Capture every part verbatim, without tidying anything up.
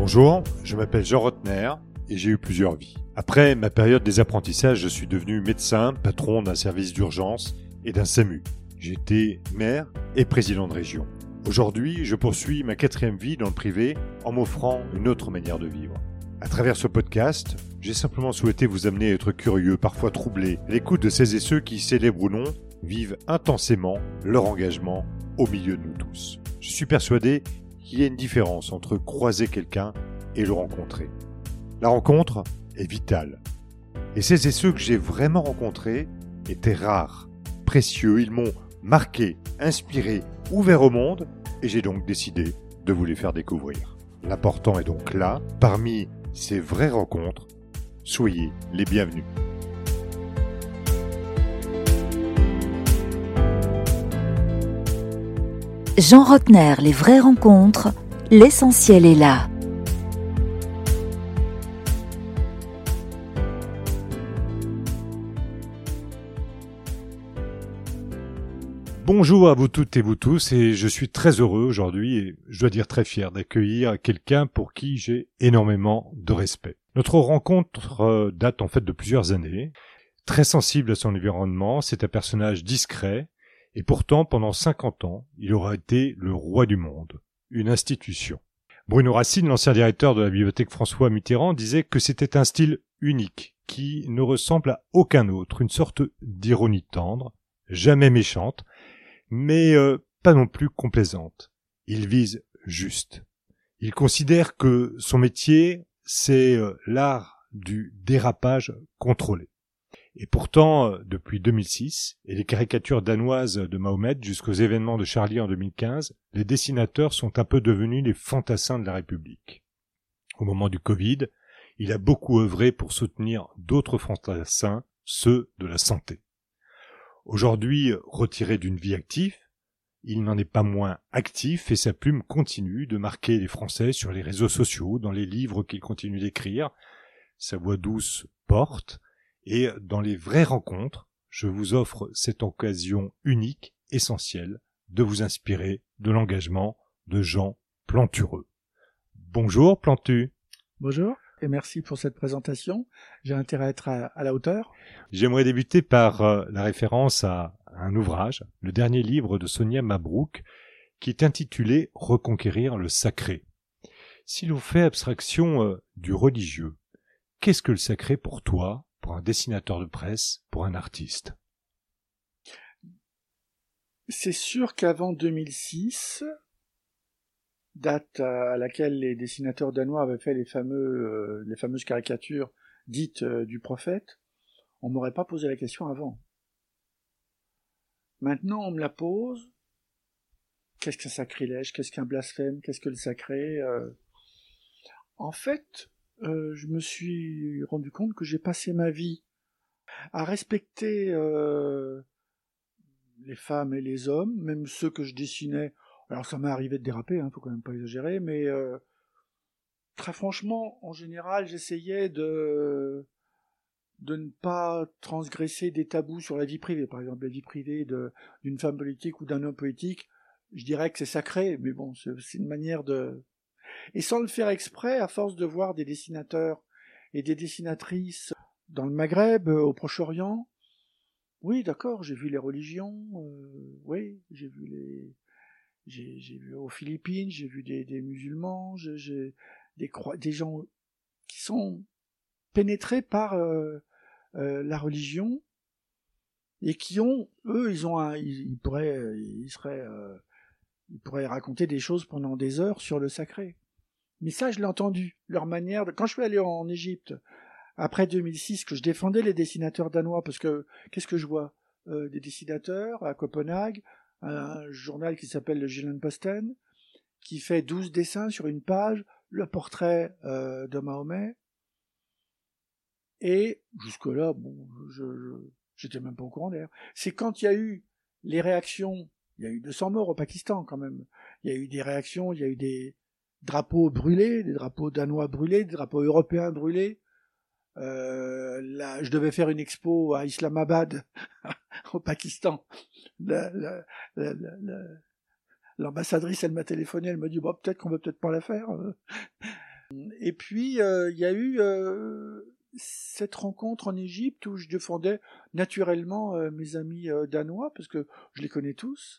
Bonjour, je m'appelle Jean Rotner et j'ai eu plusieurs vies. Après ma période des apprentissages, je suis devenu médecin, patron d'un service d'urgence et d'un SAMU. J'ai été maire et président de région. Aujourd'hui, je poursuis ma quatrième vie dans le privé en m'offrant une autre manière de vivre. À travers ce podcast, j'ai simplement souhaité vous amener à être curieux, parfois troublé, à l'écoute de celles et ceux qui, célèbres ou non, vivent intensément leur engagement au milieu de nous tous. Je suis persuadé qu'il y a une différence entre croiser quelqu'un et le rencontrer. La rencontre est vitale. Et celles et ceux que j'ai vraiment rencontrés étaient rares, précieux. Ils m'ont marqué, inspiré, ouvert au monde, et j'ai donc décidé de vous les faire découvrir. L'important est donc là, parmi ces vraies rencontres, soyez les bienvenus. Jean Rotner, les vraies rencontres, l'essentiel est là. Bonjour à vous toutes et vous tous, et je suis très heureux aujourd'hui, et je dois dire très fier d'accueillir quelqu'un pour qui j'ai énormément de respect. Notre rencontre euh, date en fait de plusieurs années. Très sensible à son environnement, c'est un personnage discret, et pourtant, pendant cinquante ans, il aura été le roi du monde, une institution. Bruno Racine, l'ancien directeur de la bibliothèque François Mitterrand, disait que c'était un style unique, qui ne ressemble à aucun autre, une sorte d'ironie tendre, jamais méchante, mais euh, pas non plus complaisante. Il vise juste. Il considère que son métier, c'est euh, l'art du dérapage contrôlé. Et pourtant, depuis deux mille six, et les caricatures danoises de Mahomet jusqu'aux événements de Charlie en deux mille quinze, les dessinateurs sont un peu devenus les fantassins de la République. Au moment du Covid, il a beaucoup œuvré pour soutenir d'autres fantassins, ceux de la santé. Aujourd'hui, retiré d'une vie active, il n'en est pas moins actif et sa plume continue de marquer les Français sur les réseaux sociaux, dans les livres qu'il continue d'écrire. Sa voix douce porte. Et dans les vraies rencontres, je vous offre cette occasion unique, essentielle, de vous inspirer de l'engagement de gens plantureux. Bonjour Plantu. Bonjour et merci pour cette présentation. J'ai intérêt à être à, à la hauteur. J'aimerais débuter par euh, la référence à un ouvrage, le dernier livre de Sonia Mabrouk, qui est intitulé « Reconquérir le sacré ». Si l'on fait abstraction euh, du religieux, qu'est-ce que le sacré pour toi ? Pour un dessinateur de presse, pour un artiste? C'est sûr qu'avant deux mille six, date à laquelle les dessinateurs danois avaient fait les, fameux, euh, les fameuses caricatures dites euh, du prophète, on m'aurait pas posé la question avant. Maintenant, on me la pose. Qu'est-ce qu'un sacrilège? Qu'est-ce qu'un blasphème? Qu'est-ce que le sacré? euh... En fait, Euh, je me suis rendu compte que j'ai passé ma vie à respecter euh, les femmes et les hommes, même ceux que je dessinais. Alors ça m'est arrivé de déraper, hein, faut quand même pas exagérer, mais euh, très franchement, en général, j'essayais de de ne pas transgresser des tabous sur la vie privée. Par exemple, la vie privée de, d'une femme politique ou d'un homme politique, je dirais que c'est sacré, mais bon, c'est, c'est une manière de... Et sans le faire exprès, à force de voir des dessinateurs et des dessinatrices dans le Maghreb, au Proche-Orient, oui, d'accord, j'ai vu les religions, euh, oui, j'ai vu les, j'ai, j'ai vu aux Philippines, j'ai vu des, des musulmans, j'ai, j'ai des, des gens qui sont pénétrés par euh, euh, la religion et qui ont, eux, ils ont, un, ils, ils pourraient, ils seraient, euh, ils pourraient raconter des choses pendant des heures sur le sacré. Mais ça, je l'ai entendu, leur manière de... Quand je suis allé en Égypte, après deux mille six, que je défendais les dessinateurs danois, parce que, qu'est-ce que je vois euh, des dessinateurs à Copenhague, un journal qui s'appelle le Jyllands-Posten, qui fait douze dessins sur une page, le portrait euh, de Mahomet, et jusque-là, bon, je, je, j'étais même pas au courant d'ailleurs. C'est quand il y a eu les réactions, il y a eu deux cents morts au Pakistan quand même, il y a eu des réactions, il y a eu des drapeaux brûlés, des drapeaux danois brûlés, des drapeaux européens brûlés. Euh, là, je devais faire une expo à Islamabad, au Pakistan. La, la, la, la, l'ambassadrice, elle m'a téléphoné, elle m'a dit, bon, peut-être qu'on va peut-être pas la faire. Et puis, euh, il y a eu euh, cette rencontre en Égypte où je défendais naturellement euh, mes amis euh, danois, parce que je les connais tous,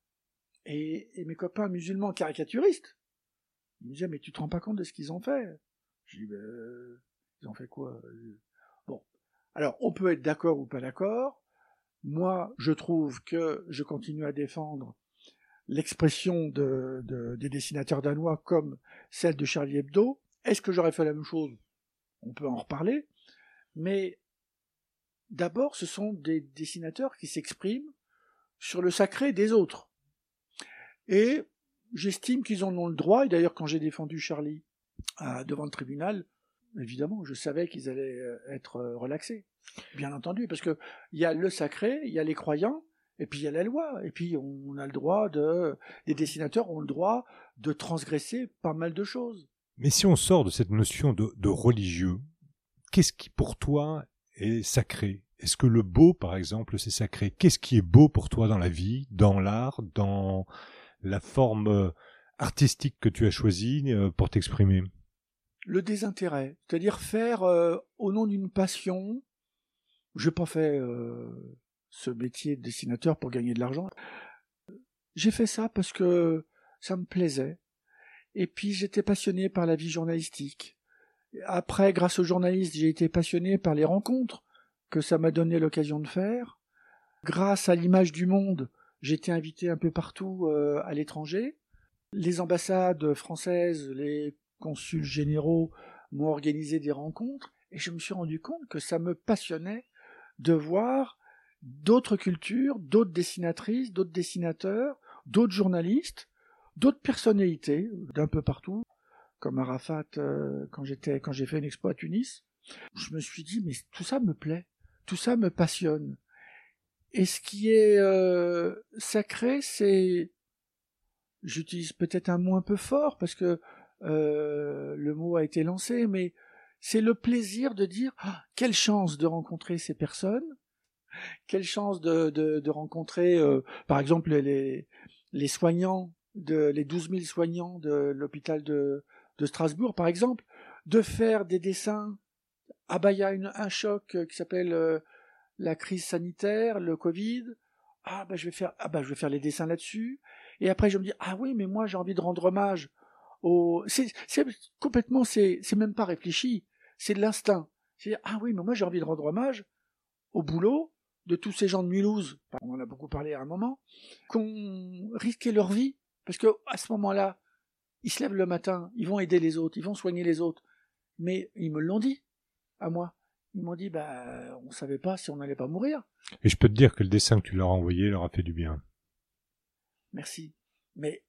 et, et mes copains musulmans caricaturistes. Ils me disaient, mais tu te rends pas compte de ce qu'ils ont fait? Je dis, ben, euh, ils ont fait quoi? Bon. Alors, on peut être d'accord ou pas d'accord. Moi, je trouve que je continue à défendre l'expression de, de, des dessinateurs danois comme celle de Charlie Hebdo. Est-ce que j'aurais fait la même chose? On peut en reparler. Mais d'abord, ce sont des dessinateurs qui s'expriment sur le sacré des autres. Et j'estime qu'ils en ont le droit. Et d'ailleurs, quand j'ai défendu Charlie à, devant le tribunal, évidemment, je savais qu'ils allaient être relaxés. Bien entendu, parce que il y a le sacré, il y a les croyants, et puis il y a la loi, et puis on a le droit de, les dessinateurs ont le droit de transgresser pas mal de choses. Mais si on sort de cette notion de, de religieux, qu'est-ce qui pour toi est sacré? Est-ce que le beau, par exemple, c'est sacré? Qu'est-ce qui est beau pour toi dans la vie, dans l'art, dans la forme artistique que tu as choisie pour t'exprimer? Le désintérêt, c'est-à-dire faire euh, au nom d'une passion. J'ai pas fait euh, ce métier de dessinateur pour gagner de l'argent. J'ai fait ça parce que ça me plaisait. Et puis j'étais passionné par la vie journalistique. Après, grâce aux journalistes, j'ai été passionné par les rencontres que ça m'a donné l'occasion de faire. Grâce à l'image du monde, j'ai été invité un peu partout euh, à l'étranger. Les ambassades françaises, les consuls généraux m'ont organisé des rencontres et je me suis rendu compte que ça me passionnait de voir d'autres cultures, d'autres dessinatrices, d'autres dessinateurs, d'autres journalistes, d'autres personnalités d'un peu partout, comme Arafat euh, quand j'étais, quand j'ai fait une expo à Tunis. Je me suis dit, mais tout ça me plaît, tout ça me passionne. Et ce qui est euh, sacré, c'est, j'utilise peut-être un mot un peu fort parce que euh, le mot a été lancé, mais c'est le plaisir de dire ah, quelle chance de rencontrer ces personnes, quelle chance de, de, de rencontrer, euh, par exemple, les, les soignants, de, les douze mille soignants de l'hôpital de, de Strasbourg, par exemple, de faire des dessins. Ah bah il y a une, un choc qui s'appelle euh, la crise sanitaire, le Covid. Ah bah je vais faire, ah bah je vais faire les dessins là-dessus. Et après je me dis ah oui mais moi j'ai envie de rendre hommage au, c'est, c'est complètement, c'est, c'est même pas réfléchi, c'est de l'instinct. C'est ah oui mais moi j'ai envie de rendre hommage au boulot de tous ces gens de Mulhouse, on en a beaucoup parlé à un moment, qui ont risqué leur vie, parce que à ce moment-là, ils se lèvent le matin, ils vont aider les autres, ils vont soigner les autres. Mais ils me l'ont dit, à moi. Ils m'ont dit, bah, on savait pas si on n'allait pas mourir. Et je peux te dire que le dessin que tu leur as envoyé leur a fait du bien. Merci. Mais,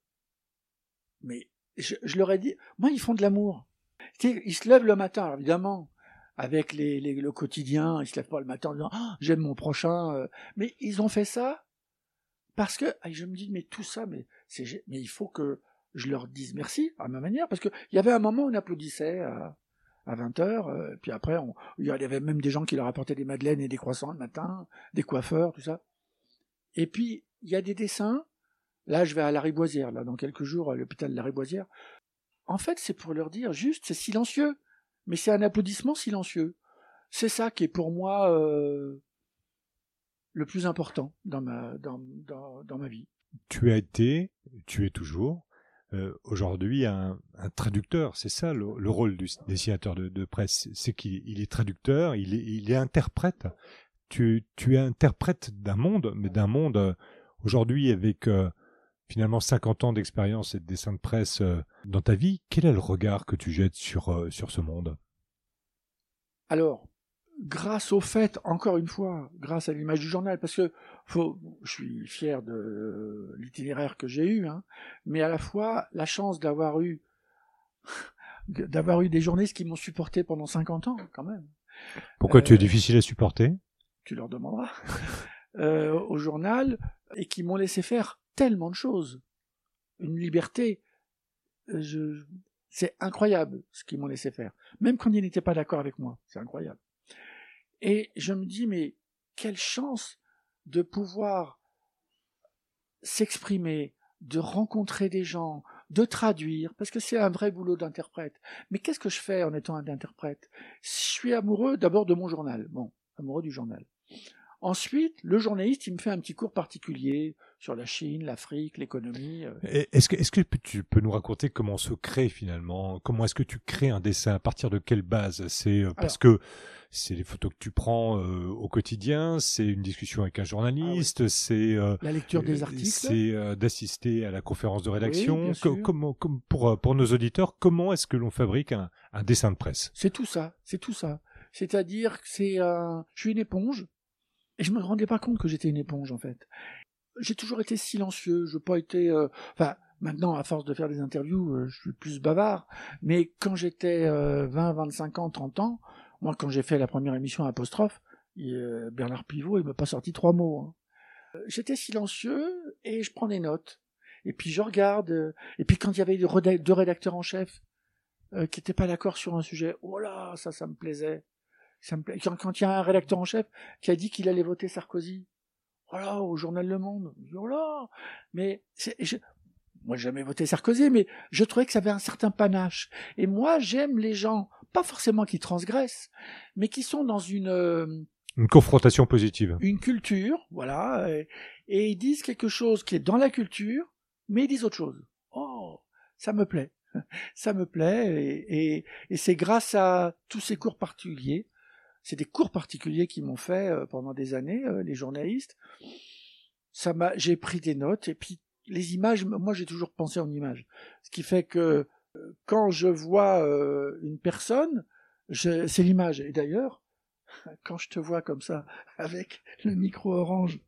mais, je, je leur ai dit, moi, ils font de l'amour. Ils se lèvent le matin, alors évidemment, avec les, les, le quotidien, ils se lèvent pas le matin en disant ah, j'aime mon prochain, euh, mais ils ont fait ça parce que ah, je me dis mais tout ça, mais c'est mais il faut que je leur dise merci à ma manière parce que il y avait un moment où on applaudissait à, à vingt heures, euh, puis après on, il y avait même des gens qui leur apportaient des madeleines et des croissants le matin, des coiffeurs, tout ça. Et puis il y a des dessins. Là, je vais à la Riboisière, là dans quelques jours à l'hôpital de la Riboisière. En fait, c'est pour leur dire juste, c'est silencieux. Mais c'est un applaudissement silencieux. C'est ça qui est pour moi euh, le plus important dans ma, dans, dans, dans ma vie. Tu as été, tu es toujours, euh, aujourd'hui un, un traducteur. C'est ça le, le rôle du dessinateur de, de presse. C'est qu'il il est traducteur, il est, il est interprète. Tu, tu es interprète d'un monde, mais d'un monde euh, aujourd'hui avec euh, finalement cinquante ans d'expérience et de dessin de presse euh, dans ta vie. Quel est le regard que tu jettes sur, euh, sur ce monde ? Alors, grâce au fait, encore une fois, grâce à l'image du journal, parce que faut, je suis fier de l'itinéraire que j'ai eu, hein, mais à la fois la chance d'avoir eu d'avoir eu des journalistes qui m'ont supporté pendant cinquante ans, quand même. Pourquoi euh, tu es euh, difficile à supporter ? Tu leur demanderas. euh, au journal, et qui m'ont laissé faire tellement de choses. Une liberté. Je, c'est incroyable ce qu'ils m'ont laissé faire. Même quand ils n'étaient pas d'accord avec moi. C'est incroyable. Et je me dis, mais quelle chance de pouvoir s'exprimer, de rencontrer des gens, de traduire, parce que c'est un vrai boulot d'interprète. Mais qu'est-ce que je fais en étant un interprète? Je suis amoureux d'abord de mon journal, bon, amoureux du journal. Ensuite, le journaliste, il me fait un petit cours particulier sur la Chine, l'Afrique, l'économie. Est-ce que, est-ce que tu peux nous raconter comment se crée finalement? Comment est-ce que tu crées un dessin? À partir de quelle base? C'est parce Alors, que c'est les photos que tu prends euh, au quotidien, c'est une discussion avec un journaliste, ah oui. c'est euh, la lecture des articles, c'est euh, d'assister à la conférence de rédaction. Oui, Co- comment, comme pour pour nos auditeurs, comment est-ce que l'on fabrique un, un dessin de presse? C'est tout ça, c'est tout ça. C'est-à-dire que c'est, euh, je suis une éponge. Et je me rendais pas compte que j'étais une éponge, en fait. J'ai toujours été silencieux, je n'ai pas été... Euh... Enfin, maintenant, à force de faire des interviews, euh, je suis plus bavard. Mais quand j'étais euh, vingt, vingt-cinq ans, trente ans, moi, quand j'ai fait la première émission à Apostrophe, et, euh, Bernard Pivot, il m'a pas sorti trois mots. Hein. J'étais silencieux et je prends des notes. Et puis je regarde. Euh... Et puis quand il y avait deux rédacteurs en chef euh, qui n'étaient pas d'accord sur un sujet, oh là, ça, ça me plaisait. Ça me plaît. Quand, quand il y a un rédacteur en chef qui a dit qu'il allait voter Sarkozy, voilà, au journal Le Monde, voilà. Mais c'est, je, moi, j'ai jamais voté Sarkozy, mais je trouvais que ça avait un certain panache. Et moi, j'aime les gens, pas forcément qui transgressent, mais qui sont dans une euh, une confrontation positive, une culture, voilà, et, et ils disent quelque chose qui est dans la culture, mais ils disent autre chose. Oh, ça me plaît, ça me plaît, et, et, et c'est grâce à tous ces cours particuliers. C'est des cours particuliers qui m'ont fait euh, pendant des années, euh, les journalistes. Ça m'a, j'ai pris des notes et puis les images. Moi, j'ai toujours pensé en images, ce qui fait que euh, quand je vois euh, une personne, je, c'est l'image. Et d'ailleurs, quand je te vois comme ça avec le micro orange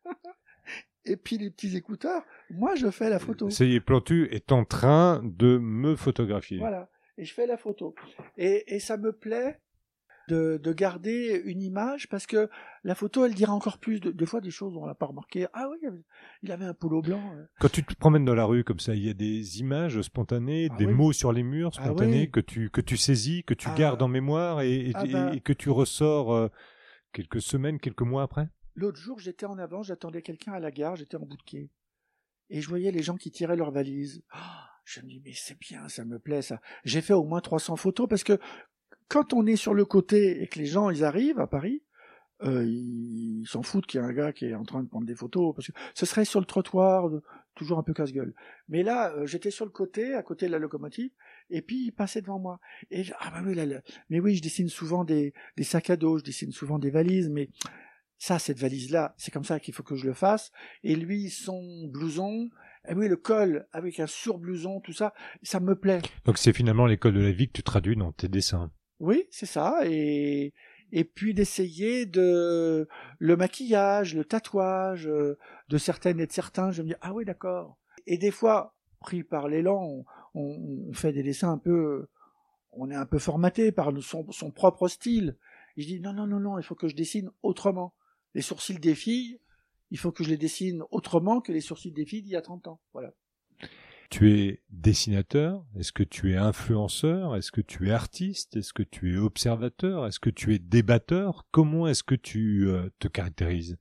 et puis les petits écouteurs, moi, je fais la photo. Ça y est, Plantu est en train de me photographier. Voilà, et je fais la photo. Et, et ça me plaît. De, de garder une image parce que la photo elle dira encore plus de, des fois des choses on l'a pas remarqué. Ah oui, il avait un polo blanc. Quand tu te promènes dans la rue comme ça, il y a des images spontanées, ah des oui. mots sur les murs spontanés ah oui. que tu que tu saisis, que tu ah gardes en mémoire et, et, ah bah. et que tu ressors euh, quelques semaines, quelques mois après. L'autre jour, j'étais en avant, j'attendais quelqu'un à la gare, j'étais en bout de quai et je voyais les gens qui tiraient leurs valises. Oh, je me dis mais c'est bien, ça me plaît ça. J'ai fait au moins trois cents photos parce que quand on est sur le côté et que les gens ils arrivent à Paris, euh, ils, ils s'en foutent qu'il y a un gars qui est en train de prendre des photos, parce que ce serait sur le trottoir, toujours un peu casse-gueule. Mais là, euh, j'étais sur le côté, à côté de la locomotive, et puis il passait devant moi. Et je, ah bah oui, là, là, mais oui, je dessine souvent des, des sacs à dos, je dessine souvent des valises, mais ça, cette valise-là, c'est comme ça qu'il faut que je le fasse. Et lui, son blouson, et oui, le col avec un surblouson, tout ça, ça me plaît. Donc c'est finalement l'école de la vie que tu traduis dans tes dessins. Oui, c'est ça, et, et puis d'essayer de le maquillage, le tatouage de certaines et de certains, je me dis, ah oui, d'accord. Et des fois, pris par l'élan, on, on, on fait des dessins un peu, on est un peu formaté par son, son propre style. Et je dis, non, non, non, non, il faut que je dessine autrement. Les sourcils des filles, il faut que je les dessine autrement que les sourcils des filles d'il y a trente ans, voilà. Tu es dessinateur? Est-ce que tu es influenceur? Est-ce que tu es artiste? Est-ce que tu es observateur? Est-ce que tu es débatteur? Comment est-ce que tu euh, te caractérises?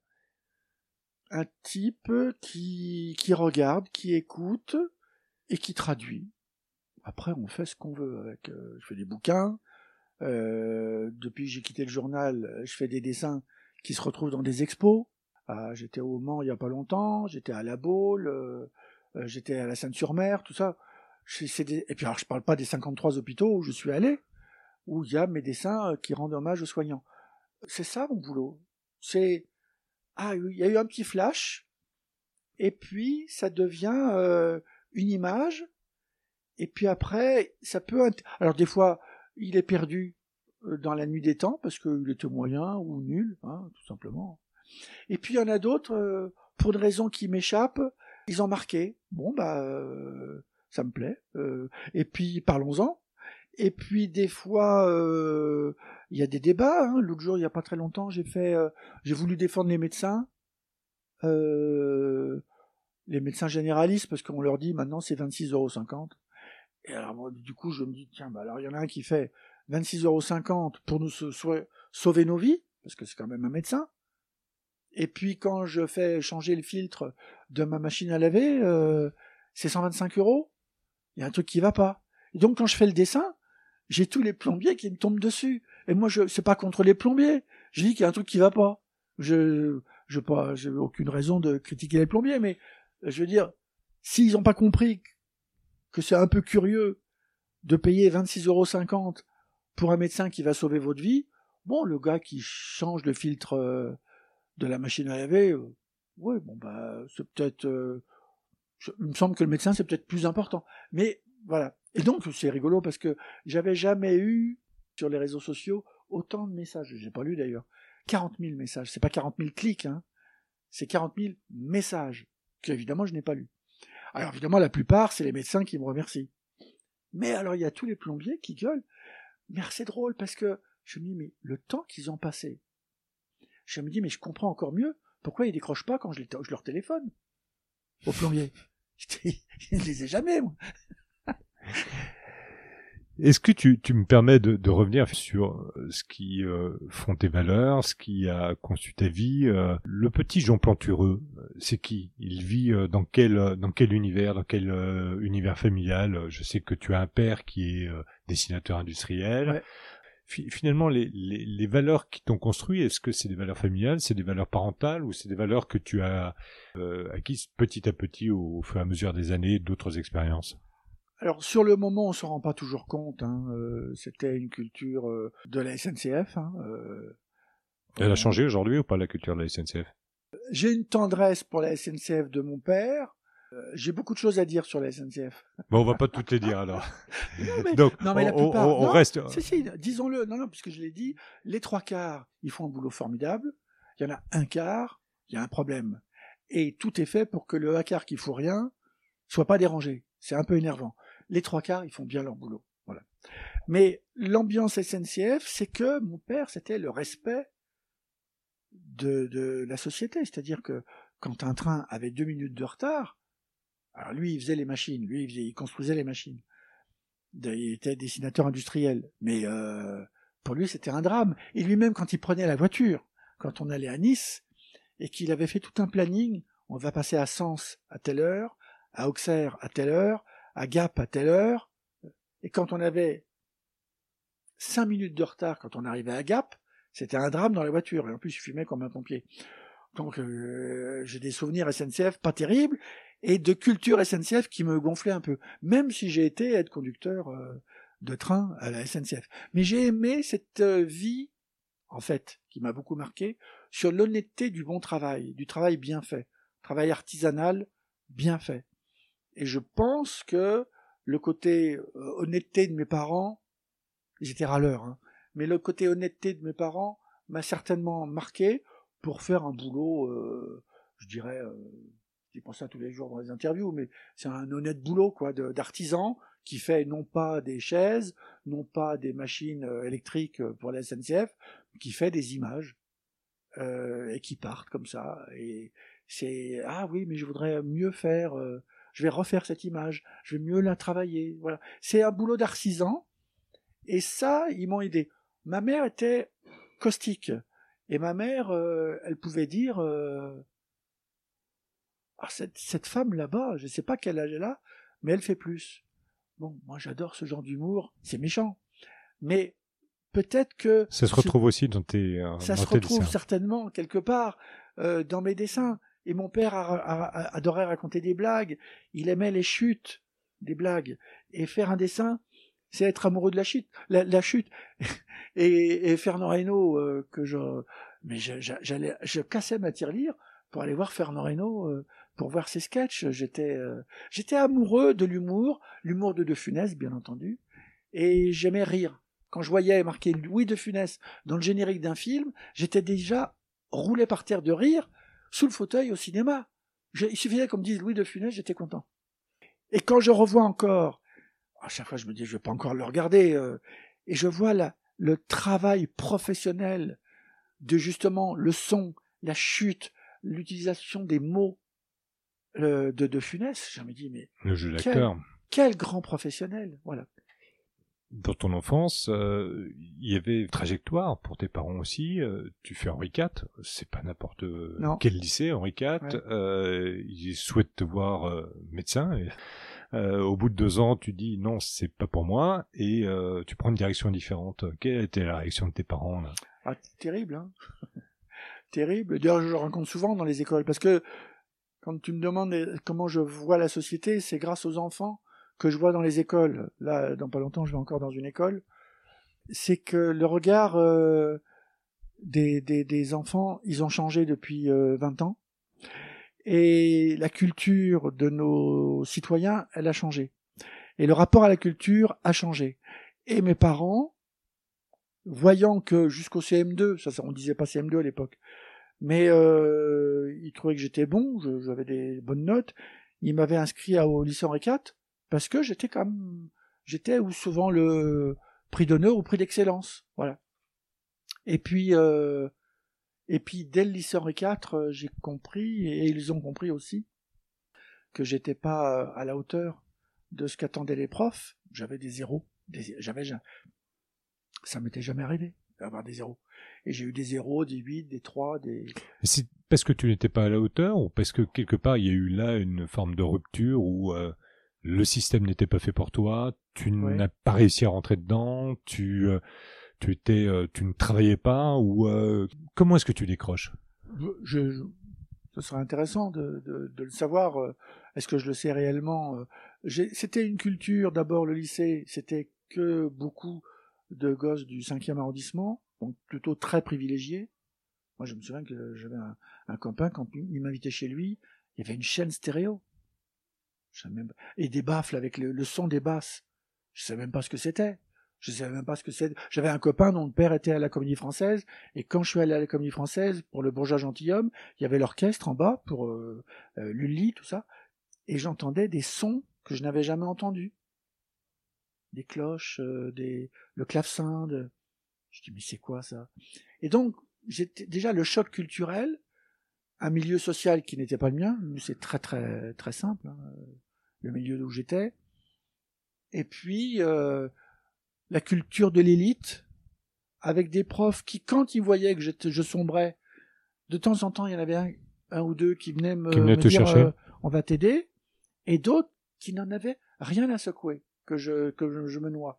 Un type qui, qui regarde, qui écoute et qui traduit. Après, on fait ce qu'on veut avec. Euh, je fais des bouquins. Euh, depuis que j'ai quitté le journal, je fais des dessins qui se retrouvent dans des expos. Ah, j'étais au Mans il y a pas longtemps. J'étais à La Baule. Euh, Euh, j'étais à la Seine-sur-Mer, tout ça. C'est des... Et puis alors je parle pas des cinquante-trois hôpitaux où je suis allé, où il y a mes dessins qui rendent hommage aux soignants. C'est ça mon boulot. C'est ah oui, il y a eu un petit flash, et puis ça devient euh, une image, et puis après ça peut. Alors des fois il est perdu dans la nuit des temps parce qu'il était moyen ou nul, hein, tout simplement. Et puis il y en a d'autres euh, pour une raison qui m'échappe. Ils ont marqué. Bon, bah, euh, ça me plaît. Euh, et puis, parlons-en. Et puis, des fois, il euh, y a des débats. Hein. L'autre jour, il n'y a pas très longtemps, j'ai fait, euh, j'ai voulu défendre les médecins, euh, les médecins généralistes, parce qu'on leur dit maintenant c'est vingt-six euros cinquante. Et alors, moi, du coup, je me dis, tiens, bah, alors, il y en a un qui fait vingt-six euros cinquante pour nous sauver nos vies, parce que c'est quand même un médecin. Et puis quand je fais changer le filtre de ma machine à laver, euh, c'est cent vingt-cinq euros. il y a un truc qui va pas. Et donc quand je fais le dessin, j'ai tous les plombiers qui me tombent dessus. Et moi, je c'est pas contre les plombiers. Je dis qu'il y a un truc qui va pas. Je je pas j'ai aucune raison de critiquer les plombiers, mais je veux dire, s'ils ont pas compris que c'est un peu curieux de payer vingt-six euros cinquante pour un médecin qui va sauver votre vie, bon, le gars qui change le filtre euh, de la machine à laver, euh, ouais, bon bah c'est peut-être, euh, je, il me semble que le médecin c'est peut-être plus important. Mais voilà. Et donc c'est rigolo parce que j'avais jamais eu sur les réseaux sociaux autant de messages. J'ai pas lu d'ailleurs. quarante mille messages. C'est pas quarante mille clics, hein. C'est quarante mille messages que évidemment je n'ai pas lus. Alors évidemment la plupart c'est les médecins qui me remercient. Mais alors il y a tous les plombiers qui gueulent. Mais c'est drôle parce que je me dis mais le temps qu'ils ont passé. Je me dis mais je comprends encore mieux pourquoi ils décrochent pas quand je, les, je leur téléphone aux plombiers. Je ne les ai jamais moi. Est-ce que tu, tu me permets de, de revenir sur ce qui euh, font tes valeurs, ce qui a conçu ta vie. Euh, le petit Jean Plantureux, c'est qui? Il vit euh, dans quel dans quel univers, dans quel euh, univers familial? Je sais que tu as un père qui est euh, dessinateur industriel. Ouais. F- finalement, les, les, les valeurs qui t'ont construit, est-ce que c'est des valeurs familiales, c'est des valeurs parentales, ou c'est des valeurs que tu as euh, acquises petit à petit au, au fur et à mesure des années, d'autres expériences? Alors sur le moment, on se rend pas toujours compte. Hein, euh, c'était une culture euh, de la S N C F. Hein, euh, Elle a changé aujourd'hui ou pas la culture de la S N C F? J'ai une tendresse pour la S N C F de mon père. Euh, j'ai beaucoup de choses à dire sur la S N C F. Bon, on va pas toutes les dire alors. Non mais, Donc, non, mais la on, plupart. on, on non, reste. Si, si, disons-le. Non, non, puisque je l'ai dit, les trois quarts, ils font un boulot formidable. Il y en a un quart, il y a un problème. Et tout est fait pour que le un quart qui fout rien soit pas dérangé. C'est un peu énervant. Les trois quarts, ils font bien leur boulot. Voilà. Mais l'ambiance S N C F, c'est que mon père, c'était le respect de, de la société. C'est-à-dire que quand un train avait deux minutes de retard, alors lui, il faisait les machines, lui, il, faisait, il construisait les machines. Il était dessinateur industriel. Mais euh, pour lui, c'était un drame. Et lui-même, quand il prenait la voiture, quand on allait à Nice, et qu'il avait fait tout un planning, on va passer à Sens à telle heure, à Auxerre à telle heure, à Gap à telle heure, et quand on avait cinq minutes de retard quand on arrivait à Gap, c'était un drame dans la voiture, et en plus il fumait comme un pompier. Donc euh, j'ai des souvenirs S N C F pas terribles, et de culture S N C F qui me gonflait un peu, même si j'ai été être conducteur euh, de train à la S N C F. Mais j'ai aimé cette euh, vie, en fait, qui m'a beaucoup marqué, sur l'honnêteté du bon travail, du travail bien fait, travail artisanal bien fait. Et je pense que le côté euh, honnêteté de mes parents, j'étais râleur, hein, mais le côté honnêteté de mes parents m'a certainement marqué pour faire un boulot, euh, je dirais, euh, je dis pas ça tous les jours dans les interviews, mais c'est un honnête boulot quoi, de, d'artisan qui fait non pas des chaises, non pas des machines électriques pour la S N C F, qui fait des images euh, et qui partent comme ça. Et c'est ah oui, mais je voudrais mieux faire. Euh, je vais refaire cette image, je vais mieux la travailler. Voilà, c'est un boulot d'artisan. Et ça, ils m'ont aidé. Ma mère était caustique. Et ma mère, euh, elle pouvait dire euh, ah, cette, cette femme là-bas, je ne sais pas quel âge elle a, mais elle fait plus. Bon, moi j'adore ce genre d'humour, c'est méchant. Mais peut-être que... Ça se retrouve ce... aussi dans tes euh, Ça dans se tes retrouve dessins. certainement quelque part euh, dans mes dessins. Et mon père a, a, a, adorait raconter des blagues. Il aimait les chutes des blagues. Et faire un dessin, c'est être amoureux de la chute. La, la chute. et, et Fernand Reynaud, euh, que je... Mais je, j'allais, je cassais ma tirelire pour aller voir Fernand Reynaud, euh, pour voir ses sketchs. J'étais, euh, j'étais amoureux de l'humour, l'humour de De Funès, bien entendu. Et j'aimais rire. Quand je voyais marqué Louis De Funès dans le générique d'un film, j'étais déjà roulé par terre de rire sous le fauteuil au cinéma. Je, il suffisait qu'on me dise Louis De Funès, j'étais content. Et quand je revois encore, à chaque fois je me dis je vais pas encore le regarder, euh, et je vois la, le travail professionnel de justement le son, la chute, l'utilisation des mots euh, de De Funès, je me dis mais le jeu quel, d'acteur. Quel grand professionnel, voilà. Dans ton enfance, euh, il y avait une trajectoire pour tes parents aussi. Euh, tu fais Henri quatre, c'est pas n'importe non. quel lycée, Henri quatre. Ouais. Euh, ils souhaitent te voir euh, médecin. Et, euh, au bout de deux ans, tu dis non, c'est pas pour moi, et euh, tu prends une direction différente. Quelle était la réaction de tes parents là? Ah, terrible, hein. Terrible. D'ailleurs, je le rencontre souvent dans les écoles, parce que quand tu me demandes comment je vois la société, c'est grâce aux enfants que je vois dans les écoles. Là, dans pas longtemps, je vais encore dans une école. C'est que le regard euh, des, des, des enfants, ils ont changé depuis euh, vingt ans. Et la culture de nos citoyens, elle a changé. Et le rapport à la culture a changé. Et mes parents, voyant que jusqu'au C M deux, ça, on disait pas C M deux à l'époque, mais euh, ils trouvaient que j'étais bon, je, j'avais des bonnes notes, ils m'avaient inscrit au lycée Henri quatre, parce que j'étais quand même, j'étais ou souvent le prix d'honneur ou prix d'excellence, voilà. Et puis, euh, et puis dès le lycée Henri quatre, j'ai compris, et ils ont compris aussi, que j'étais pas à la hauteur de ce qu'attendaient les profs. J'avais des zéros, des, j'avais, ça m'était jamais arrivé d'avoir des zéros. Et j'ai eu des zéros, des huit, des trois, des... C'est parce que tu n'étais pas à la hauteur, ou parce que quelque part il y a eu là une forme de rupture où euh, le système n'était pas fait pour toi, tu Ouais. n'as pas réussi à rentrer dedans, tu euh, tu étais euh, tu ne travaillais pas, ou euh, comment est-ce que tu décroches? je, je, Ce serait intéressant de, de, de le savoir. Est-ce que je le sais réellement? J'ai, c'était une culture, d'abord le lycée, c'était que beaucoup de gosses du cinquième arrondissement, donc plutôt très privilégiés. Moi, je me souviens que j'avais un, un copain, quand il m'invitait chez lui, il y avait une chaîne stéréo. Je savais même pas. Et des baffles avec le, le son des basses. Je savais même pas ce que c'était. Je savais même pas ce que c'était. J'avais un copain dont le père était à la Comédie Française, et quand je suis allé à la Comédie Française pour le Bourgeois Gentilhomme, il y avait l'orchestre en bas pour euh, euh, Lully, tout ça, et j'entendais des sons que je n'avais jamais entendus. Des cloches, euh, des le clavecin. De... Je dis mais c'est quoi ça? Et donc j'étais déjà le choc culturel, un milieu social qui n'était pas le mien. C'est très très très simple, hein, le milieu où j'étais. Et puis euh, la culture de l'élite, avec des profs qui, quand ils voyaient que je sombrais, de temps en temps, il y en avait un, un ou deux qui venaient me, qui venaient me te dire chercher. euh, on va t'aider, et d'autres qui n'en avaient rien à secouer, que je, que je, je me noie.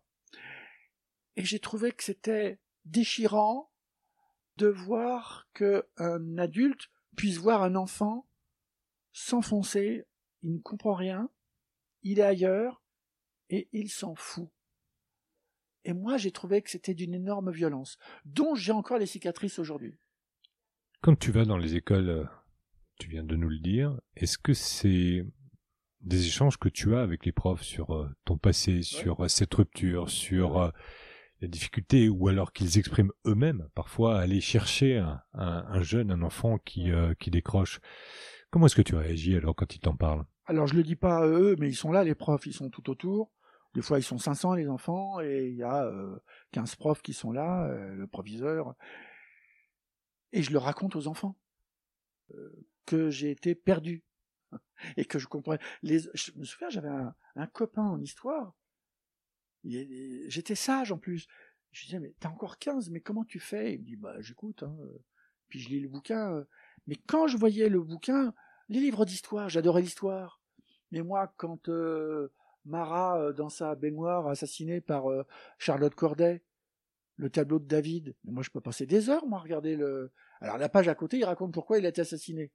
Et j'ai trouvé que c'était déchirant de voir qu'un adulte puisse voir un enfant s'enfoncer, il ne comprend rien, il est ailleurs, et il s'en fout. Et moi, j'ai trouvé que c'était d'une énorme violence, dont j'ai encore les cicatrices aujourd'hui. Quand tu vas dans les écoles, tu viens de nous le dire, est-ce que c'est des échanges que tu as avec les profs sur ton passé, sur ouais. cette rupture, sur ouais. la difficulté, ou alors qu'ils expriment eux-mêmes, parfois, aller chercher un, un, un jeune, un enfant qui, euh, qui décroche? Comment est-ce que tu réagis alors quand ils t'en parlent? Alors, je le dis pas à eux, mais ils sont là, les profs, ils sont tout autour. Des fois, ils sont cinq cents, les enfants, et il y a euh, quinze profs qui sont là, euh, le proviseur. Et je le raconte aux enfants, euh, que j'ai été perdu, et que je comprenais. Les... Je me souviens, j'avais un, un copain en histoire, il... j'étais sage en plus. Je lui disais, mais t'as encore quinze, mais comment tu fais? Il me dit, bah j'écoute, hein. Puis je lis le bouquin. Mais quand je voyais le bouquin, les livres d'histoire, j'adorais l'histoire. Mais moi, quand... Euh... Marat, dans sa baignoire, assassinée par euh, Charlotte Corday, le tableau de David. Mais moi, je peux passer des heures, moi, à regarder le... Alors, la page à côté, il raconte pourquoi il a été assassiné.